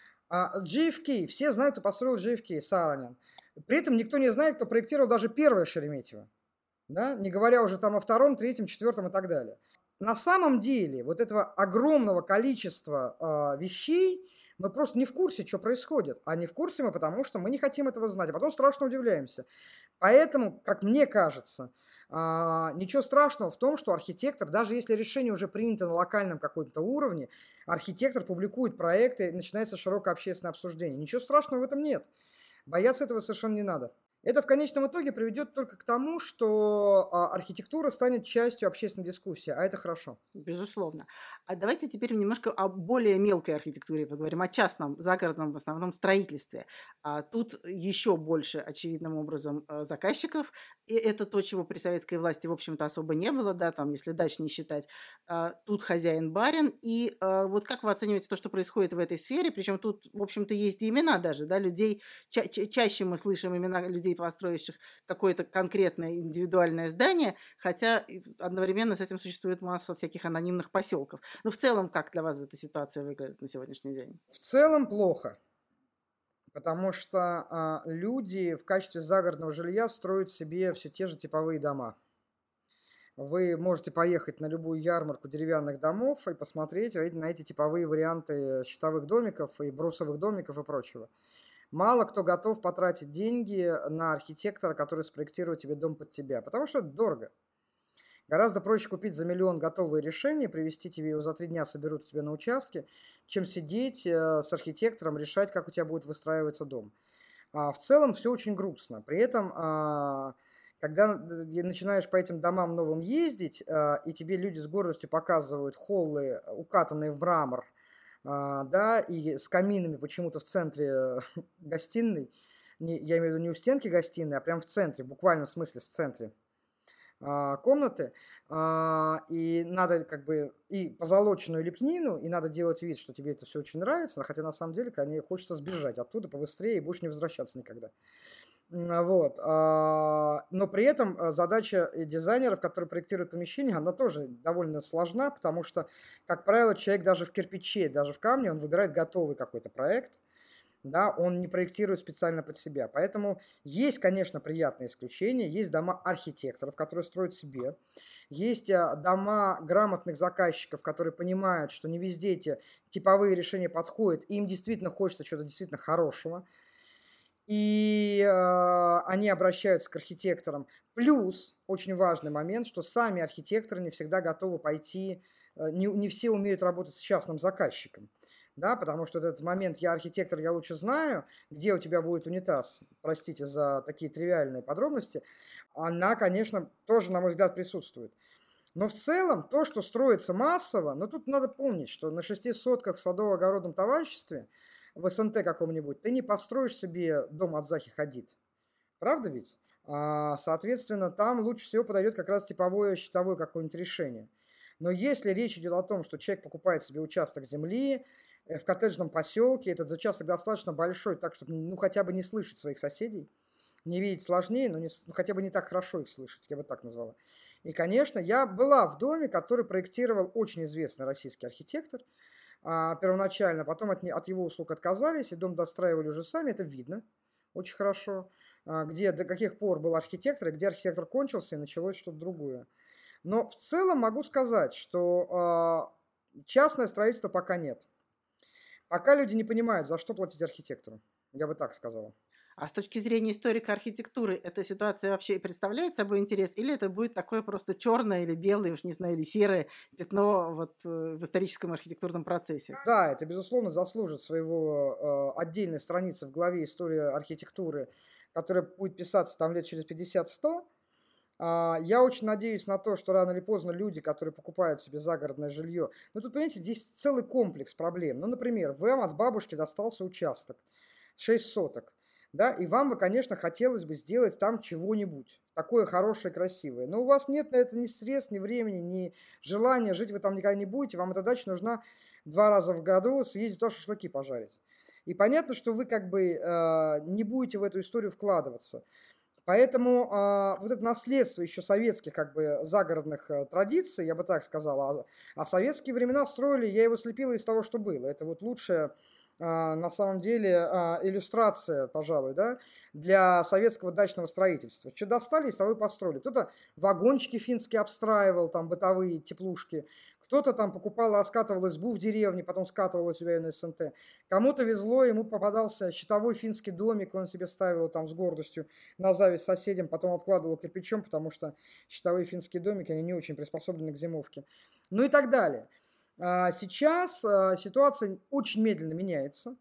JFK, все знают, кто построил JFK, Сааронян. При этом никто не знает, кто проектировал даже первое Шереметьево. Да? Не говоря уже там о втором, третьем, четвертом и так далее. На самом деле, вот этого огромного количества вещей мы просто не в курсе, что происходит. А не в курсе мы, потому что мы не хотим этого знать, а потом страшно удивляемся. Поэтому, как мне кажется, ничего страшного в том, что архитектор, даже если решение уже принято на локальном каком-то уровне, архитектор публикует проекты, и начинается широкое общественное обсуждение. Ничего страшного в этом нет. Бояться этого совершенно не надо. Это в конечном итоге приведет только к тому, что архитектура станет частью общественной дискуссии, а это хорошо. Безусловно. А давайте теперь немножко о более мелкой архитектуре поговорим, о частном, загородном в основном строительстве. Тут еще больше, очевидным образом, заказчиков. И это то, чего при советской власти, в общем-то, особо не было, да, там, если дач не считать. Тут хозяин-барин. И вот как вы оцениваете то, что происходит в этой сфере? Причем тут, в общем-то, есть и имена даже, да, людей. Чаще мы слышим имена людей, построивших какое-то конкретное индивидуальное здание, хотя одновременно с этим существует масса всяких анонимных поселков. Но в целом, как для вас эта ситуация выглядит на сегодняшний день? В целом плохо, потому что люди в качестве загородного жилья строят себе все те же типовые дома. Вы можете поехать на любую ярмарку деревянных домов и посмотреть на эти типовые варианты щитовых домиков и брусовых домиков и прочего. Мало кто готов потратить деньги на архитектора, который спроектирует тебе дом под тебя, потому что это дорого. Гораздо проще купить за миллион готовые решения, привезти тебе его за 3 дня, соберут тебе на участке, чем сидеть с архитектором, решать, как у тебя будет выстраиваться дом. В целом все очень грустно. При этом, когда начинаешь по этим домам новым ездить, и тебе люди с гордостью показывают холлы, укатанные в мрамор, да, и с каминами почему-то в центре гостиной. Я имею в виду не у стенки гостиной, а прям в центре, буквально в смысле в центре комнаты. И надо как бы и позолоченную лепнину, и надо делать вид, что тебе это все очень нравится, хотя на самом деле, конечно, хочется сбежать оттуда побыстрее и больше не возвращаться никогда. Вот. Но при этом задача дизайнеров, которые проектируют помещение, она тоже довольно сложна, потому что, как правило, человек даже в кирпиче, даже в камне, он выбирает готовый какой-то проект, да, он не проектирует специально под себя. Поэтому есть, конечно, приятные исключения. Есть дома архитекторов, которые строят себе. Есть дома грамотных заказчиков, которые понимают, что не везде эти типовые решения подходят, и им действительно хочется чего-то действительно хорошего. И они обращаются к архитекторам. Плюс очень важный момент, что сами архитекторы не всегда готовы пойти, не все умеют работать с частным заказчиком. Да, потому что этот момент «я архитектор, я лучше знаю, где у тебя будет унитаз», простите за такие тривиальные подробности, она, конечно, тоже, на мой взгляд, присутствует. Но в целом то, что строится массово, но тут надо помнить, что на 6 сотках в садово-огородном товариществе, в СНТ каком-нибудь, ты не построишь себе дом от Захи Хадид. Правда ведь? Соответственно, там лучше всего подойдет как раз типовое счетовое какое-нибудь решение. Но если речь идет о том, что человек покупает себе участок земли в коттеджном поселке, этот участок достаточно большой, так чтобы ну, хотя бы не слышать своих соседей, не видеть сложнее, но хотя бы не так хорошо их слышать, я бы так назвала. И, конечно, я была в доме, который проектировал очень известный российский архитектор первоначально, потом от его услуг отказались, и дом достраивали уже сами, это видно очень хорошо, где до каких пор был архитектор, и где архитектор кончился, и началось что-то другое. Но в целом могу сказать, что частное строительство пока нет. Пока люди не понимают, за что платить архитектору. Я бы так сказала. А с точки зрения историка архитектуры, эта ситуация вообще и представляет собой интерес? Или это будет такое просто черное или белое, уж не знаю, или серое пятно вот, в историческом архитектурном процессе? Да, это, безусловно, заслужит своего отдельной страницы в главе «История архитектуры», которая будет писаться там лет через 50-100. Я очень надеюсь на то, что рано или поздно люди, которые покупают себе загородное жилье, ну тут, понимаете, здесь целый комплекс проблем. Ну, например, вам от бабушки достался участок, 6 соток, да, и вам бы, конечно, хотелось бы сделать там чего-нибудь такое хорошее, красивое. Но у вас нет на это ни средств, ни времени, ни желания, жить вы там никогда не будете, вам эта дача нужна 2 раза в году съездить туда шашлыки пожарить. И понятно, что вы как бы не будете в эту историю вкладываться. Поэтому вот это наследство еще советских как бы загородных традиций, я бы так сказала, а советские времена строили, я его слепила из того, что было. Это вот лучшая на самом деле иллюстрация, пожалуй, да, для советского дачного строительства. Что достали, из того и построили. Кто-то вагончики финские обстраивал, там бытовые теплушки, кто-то там покупал, раскатывал избу в деревне, потом скатывал у себя ее на СНТ. Кому-то везло, ему попадался щитовой финский домик, он себе ставил там с гордостью на зависть соседям, потом обкладывал кирпичом, потому что щитовые финские домики, они не очень приспособлены к зимовке. Ну и так далее. Сейчас ситуация очень медленно меняется.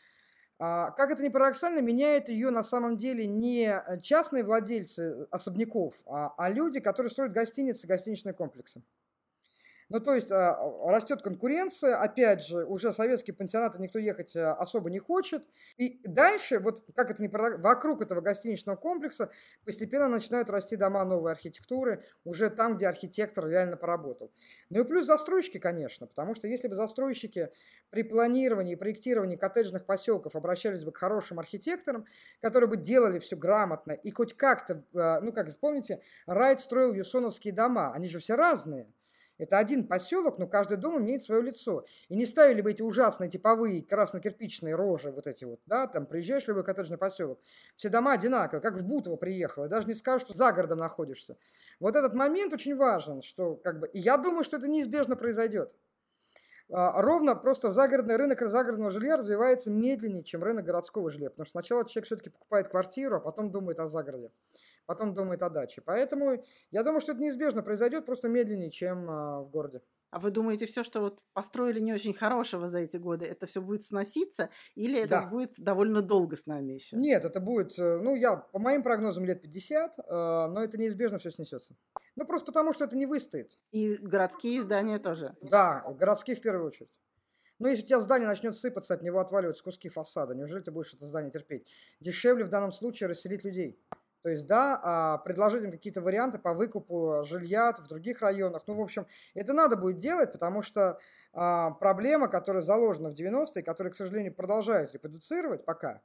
Как это ни парадоксально, меняют ее на самом деле не частные владельцы особняков, а люди, которые строят гостиницы, гостиничные комплексы. Ну, то есть растет конкуренция, опять же, уже советские пансионаты никто ехать особо не хочет. И дальше, вот как это ни парадоксально, вокруг этого гостиничного комплекса постепенно начинают расти дома новой архитектуры, уже там, где архитектор реально поработал. Ну и плюс застройщики, конечно, потому что если бы застройщики при планировании и проектировании коттеджных поселков обращались бы к хорошим архитекторам, которые бы делали все грамотно и хоть как-то, ну как вспомните, Райт строил юсоновские дома, они же все разные. Это один поселок, но каждый дом имеет свое лицо. И не ставили бы эти ужасные типовые красно-кирпичные рожи, вот эти вот, да, там приезжаешь в любой коттеджный поселок, все дома одинаковые, как в Бутово приехал, и даже не скажешь, что за городом находишься. Вот этот момент очень важен, что как бы, и я думаю, что это неизбежно произойдет. Ровно просто загородный рынок загородного жилья развивается медленнее, чем рынок городского жилья, потому что сначала человек все-таки покупает квартиру, а потом думает о загороде, потом думает о даче. Поэтому я думаю, что это неизбежно произойдет, просто медленнее, чем в городе. А вы думаете, все, что вот построили не очень хорошего за эти годы, это все будет сноситься или это Да. будет довольно долго с нами еще? Нет, это будет, ну, по моим прогнозам, лет 50, но это неизбежно все снесется. Ну, просто потому, что это не выстоит. И городские здания тоже. Да, городские в первую очередь. Ну, если у тебя здание начнет сыпаться, от него отваливаются куски фасада, неужели ты будешь это здание терпеть? Дешевле в данном случае расселить людей. То есть, да, предложить им какие-то варианты по выкупу жилья в других районах. Ну, в общем, это надо будет делать, потому что проблема, которая заложена в 90-е, которую, к сожалению, продолжают репродуцировать пока,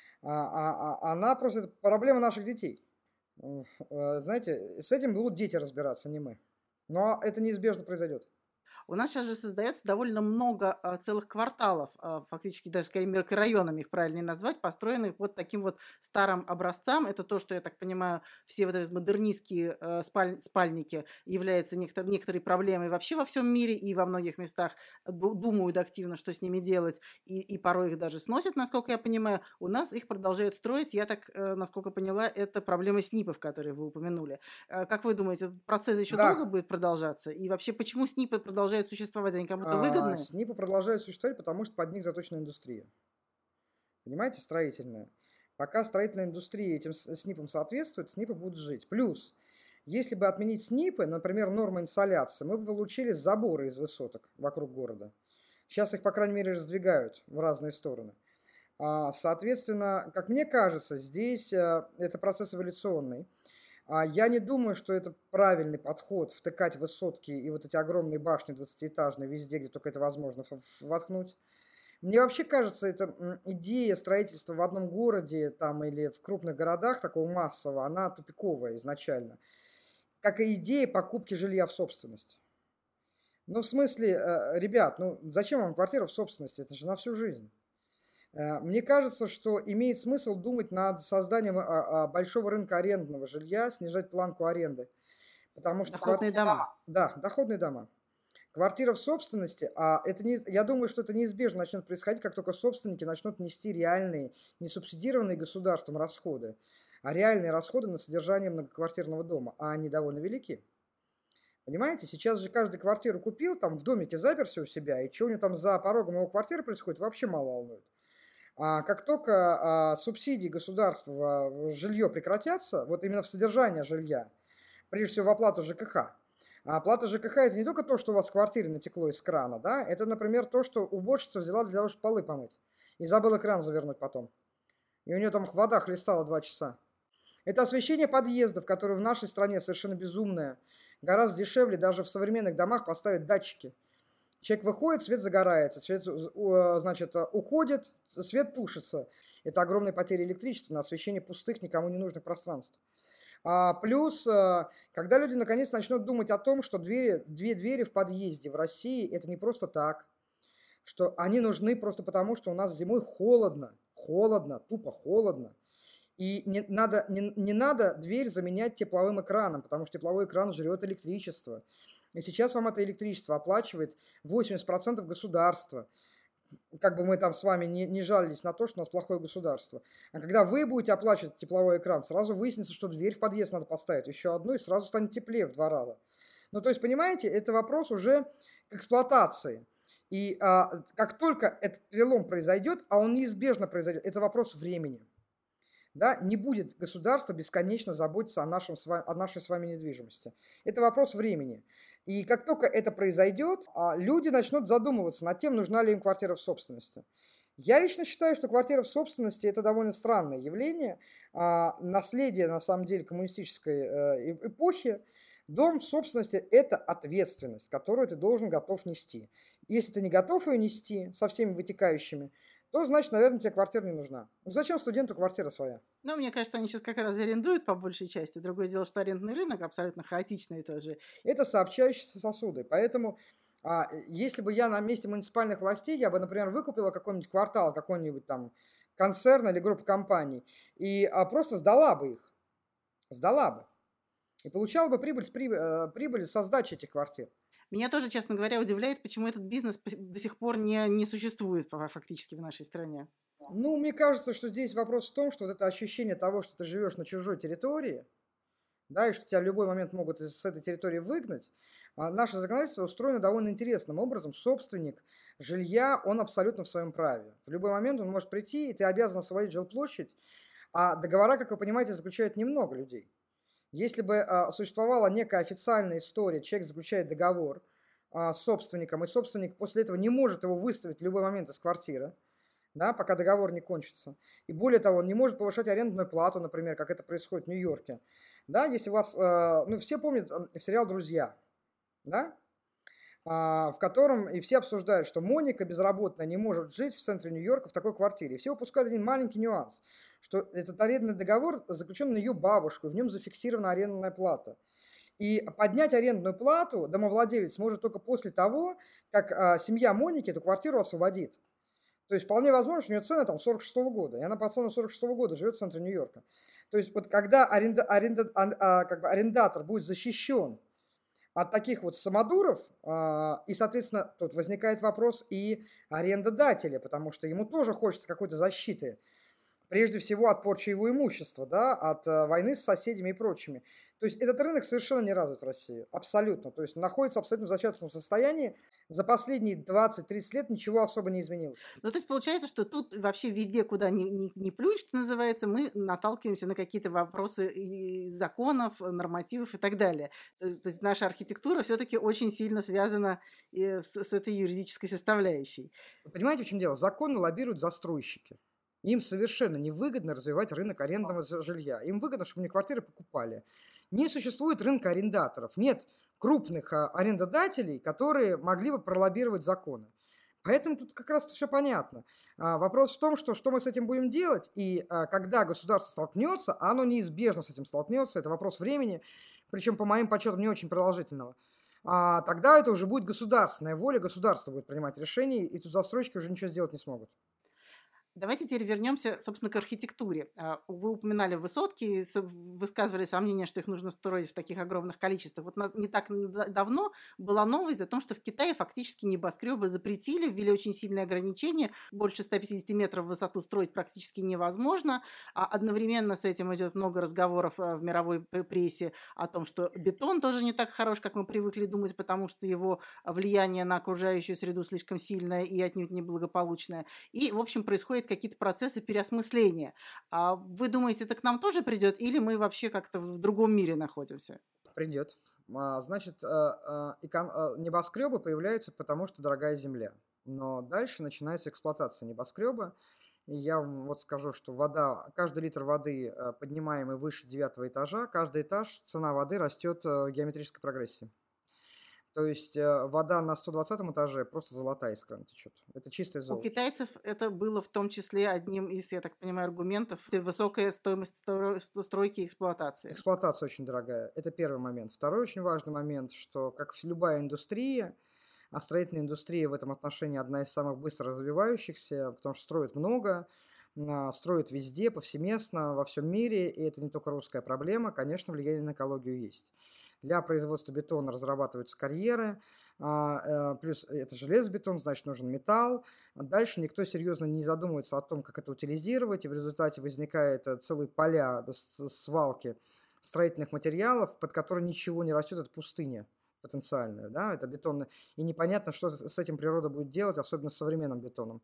она просто это проблема наших детей. Знаете, с этим будут дети разбираться, не мы. Но это неизбежно произойдет. У нас сейчас же создается довольно много целых кварталов, фактически даже скорее микрорайонами их правильнее назвать, построенных вот таким вот старым образцам. Это то, что, я так понимаю, все вот эти модернистские спальники являются некоторой проблемой вообще во всем мире и во многих местах думают активно, что с ними делать, и порой их даже сносят, насколько я понимаю. У нас их продолжают строить, я так, насколько поняла, это проблема СНИПов, которые вы упомянули. Как вы думаете, этот процесс еще долго Да, будет продолжаться? И вообще, почему СНИПы продолжают существовать? Они кому-то выгодны? СНИПы продолжают существовать, потому что под них заточена индустрия. Понимаете, строительная. Пока строительная индустрия этим СНИПам соответствует, СНИПы будут жить. Плюс, если бы отменить СНИПы, например, нормы инсоляции, мы бы получили заборы из высоток вокруг города. Сейчас их, по крайней мере, раздвигают в разные стороны. Соответственно, как мне кажется, здесь это процесс эволюционный. Я не думаю, что это правильный подход втыкать высотки и вот эти огромные башни 20-этажные везде, где только это возможно, воткнуть. Мне вообще кажется, эта идея строительства в одном городе там, или в крупных городах такого массового, она тупиковая изначально. Как и идея покупки жилья в собственность. Ну, в смысле, ребят, ну зачем вам квартира в собственности? Это же на всю жизнь. Мне кажется, что имеет смысл думать над созданием большого рынка арендного жилья, снижать планку аренды. Потому что Доходные дома. да, доходные дома. Квартира в собственности, это не, я думаю, что это неизбежно начнет происходить, как только собственники начнут нести реальные, не субсидированные государством расходы, а реальные расходы на содержание многоквартирного дома, а они довольно велики. Понимаете, сейчас же каждый квартиру купил, там в домике заперся у себя, и что у него там за порогом его квартиры происходит, вообще мало волнует. Как только субсидии государства в жилье прекратятся, вот именно в содержание жилья, прежде всего в оплату ЖКХ. А оплата ЖКХ это не только то, что у вас в квартире натекло из крана, да, это, например, то, что уборщица взяла для того, чтобы полы помыть. И забыла кран завернуть потом. И у нее там вода хлестала 2 часа. Это освещение подъездов, которое в нашей стране совершенно безумное. Гораздо дешевле даже в современных домах поставить датчики. Человек выходит, свет загорается, человек, значит, уходит, свет тушится. Это огромная потеря электричества на освещение пустых, никому не нужных пространств. Плюс, когда люди наконец начнут думать о том, что две двери в подъезде в России это не просто так, что они нужны просто потому, что у нас зимой холодно, холодно, тупо холодно. И не надо дверь заменять тепловым экраном, потому что тепловой экран жрет электричество. И сейчас вам это электричество оплачивает 80% государства. Как бы мы там с вами не жалились на то, что у нас плохое государство. А когда вы будете оплачивать тепловой экран, сразу выяснится, что дверь в подъезд надо поставить еще одну, и сразу станет теплее в 2 раза. Ну, то есть, понимаете, это вопрос уже к эксплуатации. И как только этот перелом произойдет, а он неизбежно произойдет, это вопрос времени. Да, не будет государство бесконечно заботиться о нашей с вами недвижимости. Это вопрос времени. И как только это произойдет, люди начнут задумываться над тем, нужна ли им квартира в собственности. Я лично считаю, что квартира в собственности это довольно странное явление, наследие на самом деле коммунистической эпохи. Дом в собственности это ответственность, которую ты должен готов нести. Если ты не готов ее нести со всеми вытекающими, то, значит, наверное, тебе квартира не нужна. Ну, зачем студенту квартира своя? Ну, мне кажется, они сейчас как раз арендуют по большей части. Другое дело, что арендный рынок абсолютно хаотичный тоже. Это сообщающиеся сосуды. Поэтому, если бы я на месте муниципальных властей, я бы, например, выкупила какой-нибудь квартал, какой-нибудь там концерн или группу компаний и просто сдала бы их. Сдала бы. И получала бы прибыль со сдачи этих квартир. Меня тоже, честно говоря, удивляет, почему этот бизнес до сих пор не существует фактически в нашей стране. Ну, мне кажется, что здесь вопрос в том, что вот это ощущение того, что ты живешь на чужой территории, да, и что тебя в любой момент могут с этой территории выгнать, наше законодательство устроено довольно интересным образом. Собственник жилья, он абсолютно в своем праве. В любой момент он может прийти, и ты обязан освободить жилплощадь, а договора, как вы понимаете, заключают немного людей. Если бы существовала некая официальная история, человек заключает договор, с собственником, и собственник после этого не может его выставить в любой момент из квартиры, да, пока договор не кончится. И более того, он не может повышать арендную плату, например, как это происходит в Нью-Йорке. Да, если у вас, ну, все помнят сериал «Друзья», да, в котором и все обсуждают, что Моника безработная не может жить в центре Нью-Йорка в такой квартире. И все упускают один маленький нюанс, что этот арендный договор заключен на ее бабушку, и в нем зафиксирована арендная плата. И поднять арендную плату домовладелец может только после того, как семья Моники эту квартиру освободит. То есть вполне возможно, что у нее цена там 46-го года, и она по ценам 46-го года живет в центре Нью-Йорка. То есть вот когда как бы арендатор будет защищен от таких вот самодуров, и, соответственно, тут возникает вопрос и арендодателя, потому что ему тоже хочется какой-то защиты. Прежде всего от порчи его имущества, да, от войны с соседями и прочими. То есть этот рынок совершенно не развит в России, абсолютно. То есть находится абсолютно в зачаточном состоянии. За последние 20-30 лет ничего особо не изменилось. Ну, то есть получается, что тут вообще везде, куда ни плюнь, что называется, мы наталкиваемся на какие-то вопросы и законов, нормативов и так далее. То есть наша архитектура все-таки очень сильно связана с этой юридической составляющей. Вы понимаете, в чем дело? Законы лоббируют застройщики. Им совершенно невыгодно развивать рынок арендного жилья. Им выгодно, чтобы они квартиры покупали. Не существует рынка арендаторов. Нет крупных арендодателей, которые могли бы пролоббировать законы. Поэтому тут как раз все понятно. Вопрос в том, что мы с этим будем делать, и когда государство столкнется, а оно неизбежно с этим столкнется, это вопрос времени, причем, по моим подсчетам, не очень продолжительного, тогда это уже будет государственная воля, государство будет принимать решения, и тут застройщики уже ничего сделать не смогут. Давайте теперь вернемся, собственно, к архитектуре. Вы упоминали высотки, и высказывали сомнение, что их нужно строить в таких огромных количествах. Вот не так давно была новость о том, что в Китае фактически небоскребы запретили, ввели очень сильные ограничения. Больше 150 метров в высоту строить практически невозможно. А одновременно с этим идет много разговоров в мировой прессе о том, что бетон тоже не так хорош, как мы привыкли думать, потому что его влияние на окружающую среду слишком сильное и отнюдь неблагополучное. И, в общем, происходят какие-то процессы переосмысления. А вы думаете, это к нам тоже придет, или мы вообще как-то в другом мире находимся? Придет. Значит, небоскребы появляются, потому что дорогая земля. Но дальше начинается эксплуатация небоскреба. И я вам вот скажу, что каждый литр воды, поднимаемый выше 9 этажа, каждый этаж, цена воды растет в геометрической прогрессии. То есть вода на 120 этаже просто золотая из крана течет. Это чистое У золото. китайцев это было в том числе одним из, я так понимаю, аргументов высокая стоимость стройки и эксплуатации. Эксплуатация очень дорогая. Это первый момент. Второй очень важный момент, что, как любая индустрия, а строительная индустрия в этом отношении одна из самых быстро развивающихся, потому что строят много, строят везде, повсеместно, во всем мире, и это не только русская проблема, конечно, влияние на экологию есть. Для производства бетона разрабатываются карьеры, плюс это железобетон, значит, нужен металл. Дальше никто серьезно не задумывается о том, как это утилизировать, и в результате возникают целые поля свалки строительных материалов, под которые ничего не растет, это пустыня потенциальная, да, это бетонная, и непонятно, что с этим природа будет делать, особенно с современным бетоном.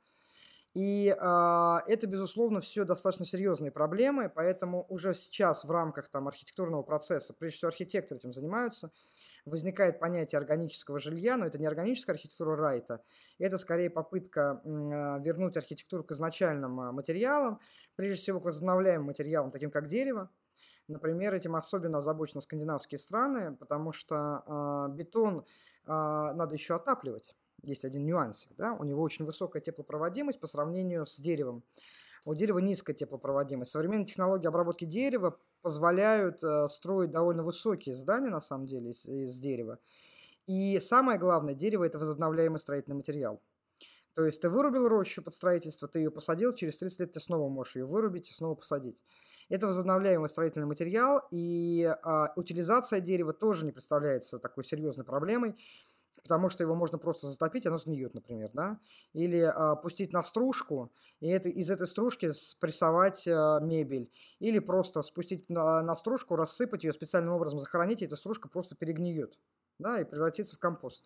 И это, безусловно, все достаточно серьезные проблемы, поэтому уже сейчас в рамках там архитектурного процесса, прежде всего архитекторы этим занимаются, возникает понятие органического жилья, но это не органическая архитектура Райта, это скорее попытка вернуть архитектуру к изначальным материалам, прежде всего к возобновляемым материалам, таким как дерево. Например, этим особенно озабочены скандинавские страны, потому что бетон надо еще отапливать. Есть один нюансик, да, у него очень высокая теплопроводимость по сравнению с деревом. У дерева низкая теплопроводимость. Современные технологии обработки дерева позволяют строить довольно высокие здания, на самом деле, из дерева. И самое главное, дерево – это возобновляемый строительный материал. То есть ты вырубил рощу под строительство, ты ее посадил, через 30 лет ты снова можешь ее вырубить и снова посадить. Это возобновляемый строительный материал, и утилизация дерева тоже не представляется такой серьезной проблемой, потому что его можно просто затопить, оно сгниет, например, да, или пустить на стружку, и из этой стружки спрессовать мебель, или просто спустить на стружку, рассыпать ее специальным образом, захоронить, и эта стружка просто перегниет, да, и превратится в компост.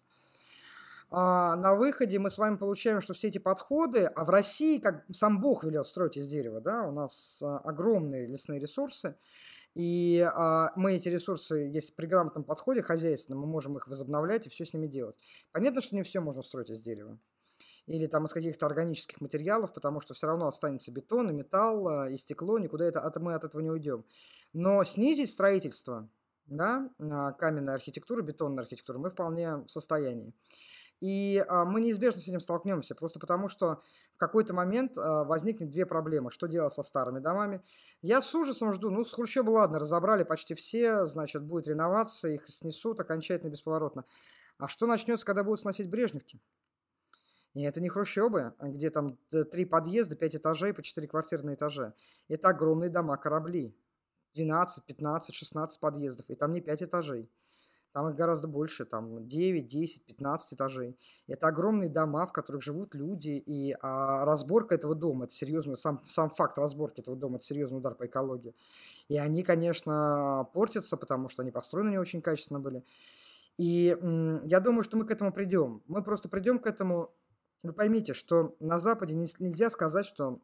На выходе мы с вами получаем, что все эти подходы, а в России, как сам Бог велел строить из дерева, да, у нас огромные лесные ресурсы, И мы эти ресурсы, если при грамотном подходе хозяйственном, мы можем их возобновлять и все с ними делать. Понятно, что не все можно строить из дерева или там из каких-то органических материалов, потому что все равно останется бетон и металл, и стекло, никуда мы от этого не уйдем. Но снизить строительство, да, каменной архитектуры, бетонной архитектуры мы вполне в состоянии. И мы неизбежно с этим столкнемся, просто потому что в какой-то момент возникнет две проблемы. Что делать со старыми домами? Я с ужасом жду, ну, с Хрущева, ладно, разобрали почти все, значит, будет реновация, их снесут окончательно, бесповоротно. А что начнется, когда будут сносить Брежневки? И это не хрущёбы, где там 3 подъезда, 5 этажей, по 4 квартиры на этаже. Это огромные дома-корабли. 12, 15, 16 подъездов. И там не 5 этажей. Там их гораздо больше, там 9, 10, 15 этажей. Это огромные дома, в которых живут люди, и разборка этого дома, это серьезно, сам факт разборки этого дома, это серьезный удар по экологии. И они, конечно, портятся, потому что они построены не очень качественно были. И я думаю, что мы к этому придем. Мы просто придем к этому. Вы поймите, что на Западе нельзя сказать, что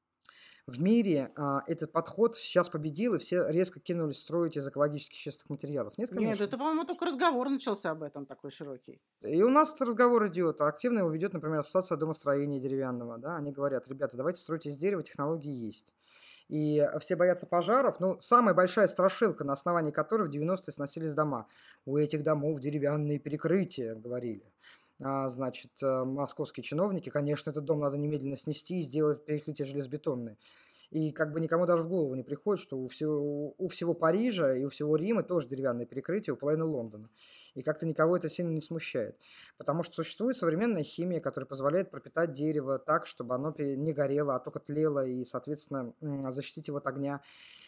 в мире этот подход сейчас победил, и все резко кинулись строить из экологически чистых материалов. Нет, Нет, конечно. это, по-моему, только разговор начался об этом такой широкий. И у нас этот разговор идет, а активно его ведет, например, Ассоциация домостроения деревянного. Да? Они говорят, ребята, давайте строить из дерева, технологии есть. И все боятся пожаров. Ну, самая большая страшилка, на основании которой в 90-е сносились дома. У этих домов деревянные перекрытия, говорили. Значит, московские чиновники, конечно, этот дом надо немедленно снести и сделать перекрытие железобетонное. И как бы никому даже в голову не приходит, что у всего Парижа и у всего Рима тоже деревянное перекрытие, у половины Лондона. И как-то никого это сильно не смущает. Потому что существует современная химия, которая позволяет пропитать дерево так, чтобы оно не горело, а только тлело и, соответственно, защитить его от огня.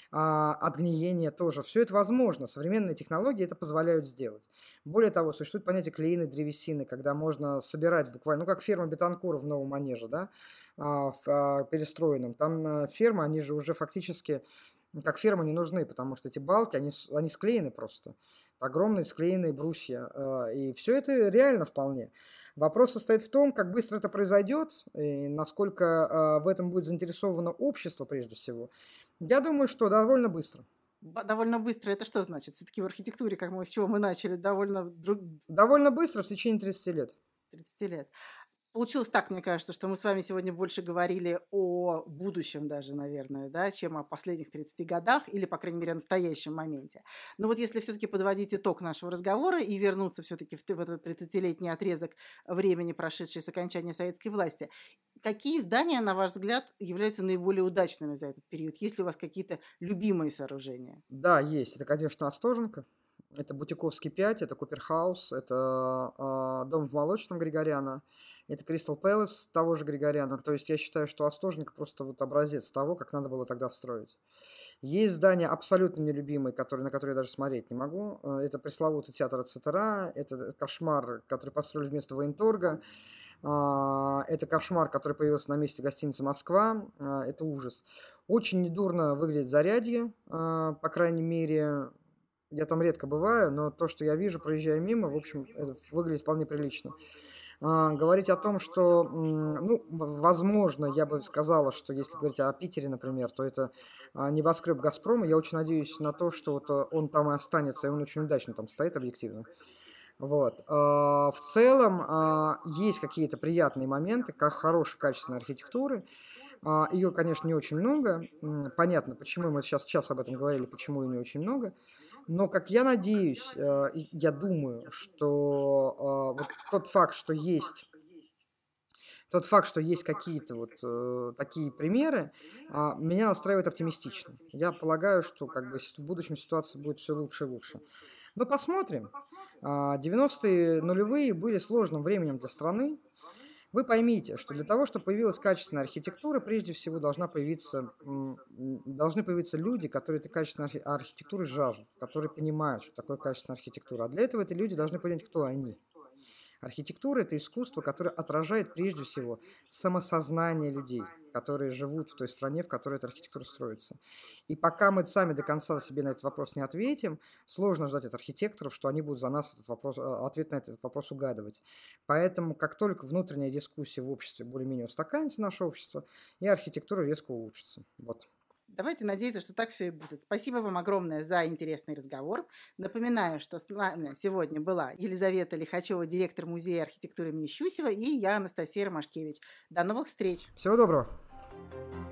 От гниения тоже. Все это возможно. Современные технологии это позволяют сделать. Более того, существует понятие клееной древесины, когда можно собирать буквально, ну, как ферма Бетанкура в Новом Манеже, да, перестроенном. Там фермы, они же уже фактически как фермы не нужны, потому что эти балки, они склеены просто. Огромные склеенные брусья. И все это реально вполне. Вопрос состоит в том, как быстро это произойдет, и насколько в этом будет заинтересовано общество прежде всего. Я думаю, что довольно быстро. Довольно быстро. Это что значит? Все-таки в архитектуре, как мы, с чего мы начали, довольно Довольно быстро, в течение 30 лет. 30 лет. Получилось так, мне кажется, что мы с вами сегодня больше говорили о будущем даже, наверное, да, чем о последних 30 годах или, по крайней мере, о настоящем моменте. Но вот если все-таки подводить итог нашего разговора и вернуться все-таки в этот 30-летний отрезок времени, прошедший с окончания советской власти, какие здания, на ваш взгляд, являются наиболее удачными за этот период? Есть ли у вас какие-то любимые сооружения? Да, есть. Это, конечно, Остоженко. Это Бутиковский 5, это Куперхаус, это дом в Молочном Григоряна, это Кристал Пэлас того же Григоряна. То есть я считаю, что Остоженко просто вот образец того, как надо было тогда строить. Есть здания абсолютно нелюбимые, на которые я даже смотреть не могу. Это пресловутый театр ЦТРА, это кошмар, который построили вместо военторга. Это кошмар, который появился на месте гостиницы «Москва». Это ужас. Очень недурно выглядит Зарядье, по крайней мере, я там редко бываю, но то, что я вижу, проезжая мимо, в общем, это выглядит вполне прилично. Говорить о том, что, ну, возможно, я бы сказала, что если говорить о Питере, например, то это небоскреб «Газпрома». Я очень надеюсь на то, что вот он там и останется, и он очень удачно там стоит объективно. Вот. В целом есть какие-то приятные моменты, как хорошей, качественной архитектуры. Ее, конечно, не очень много. Понятно, почему мы сейчас об этом говорили, почему ее не очень много. Но, как я надеюсь, и я думаю, что вот тот факт, что есть какие-то вот такие примеры, меня настраивает оптимистично. Я полагаю, что как бы в будущем ситуация будет все лучше и лучше. Но посмотрим. 90-е нулевые были сложным временем для страны. Вы поймите, что для того, чтобы появилась качественная архитектура, прежде всего должны появиться люди, которые этой качественной архитектуры жаждут, которые понимают, что такое качественная архитектура. А для этого эти люди должны понять, кто они. Архитектура – это искусство, которое отражает прежде всего самосознание людей, которые живут в той стране, в которой эта архитектура строится. И пока мы сами до конца себе на этот вопрос не ответим, сложно ждать от архитекторов, что они будут за нас ответ на этот вопрос угадывать. Поэтому, как только внутренняя дискуссия в обществе более-менее устаканится, наше общество, и архитектура резко улучшится. Вот. Давайте надеяться, что так все и будет. Спасибо вам огромное за интересный разговор. Напоминаю, что с нами сегодня была Елизавета Лихачева, директор Музея архитектуры имени Щусева, и я, Анастасия Ромашкевич. До новых встреч! Всего доброго.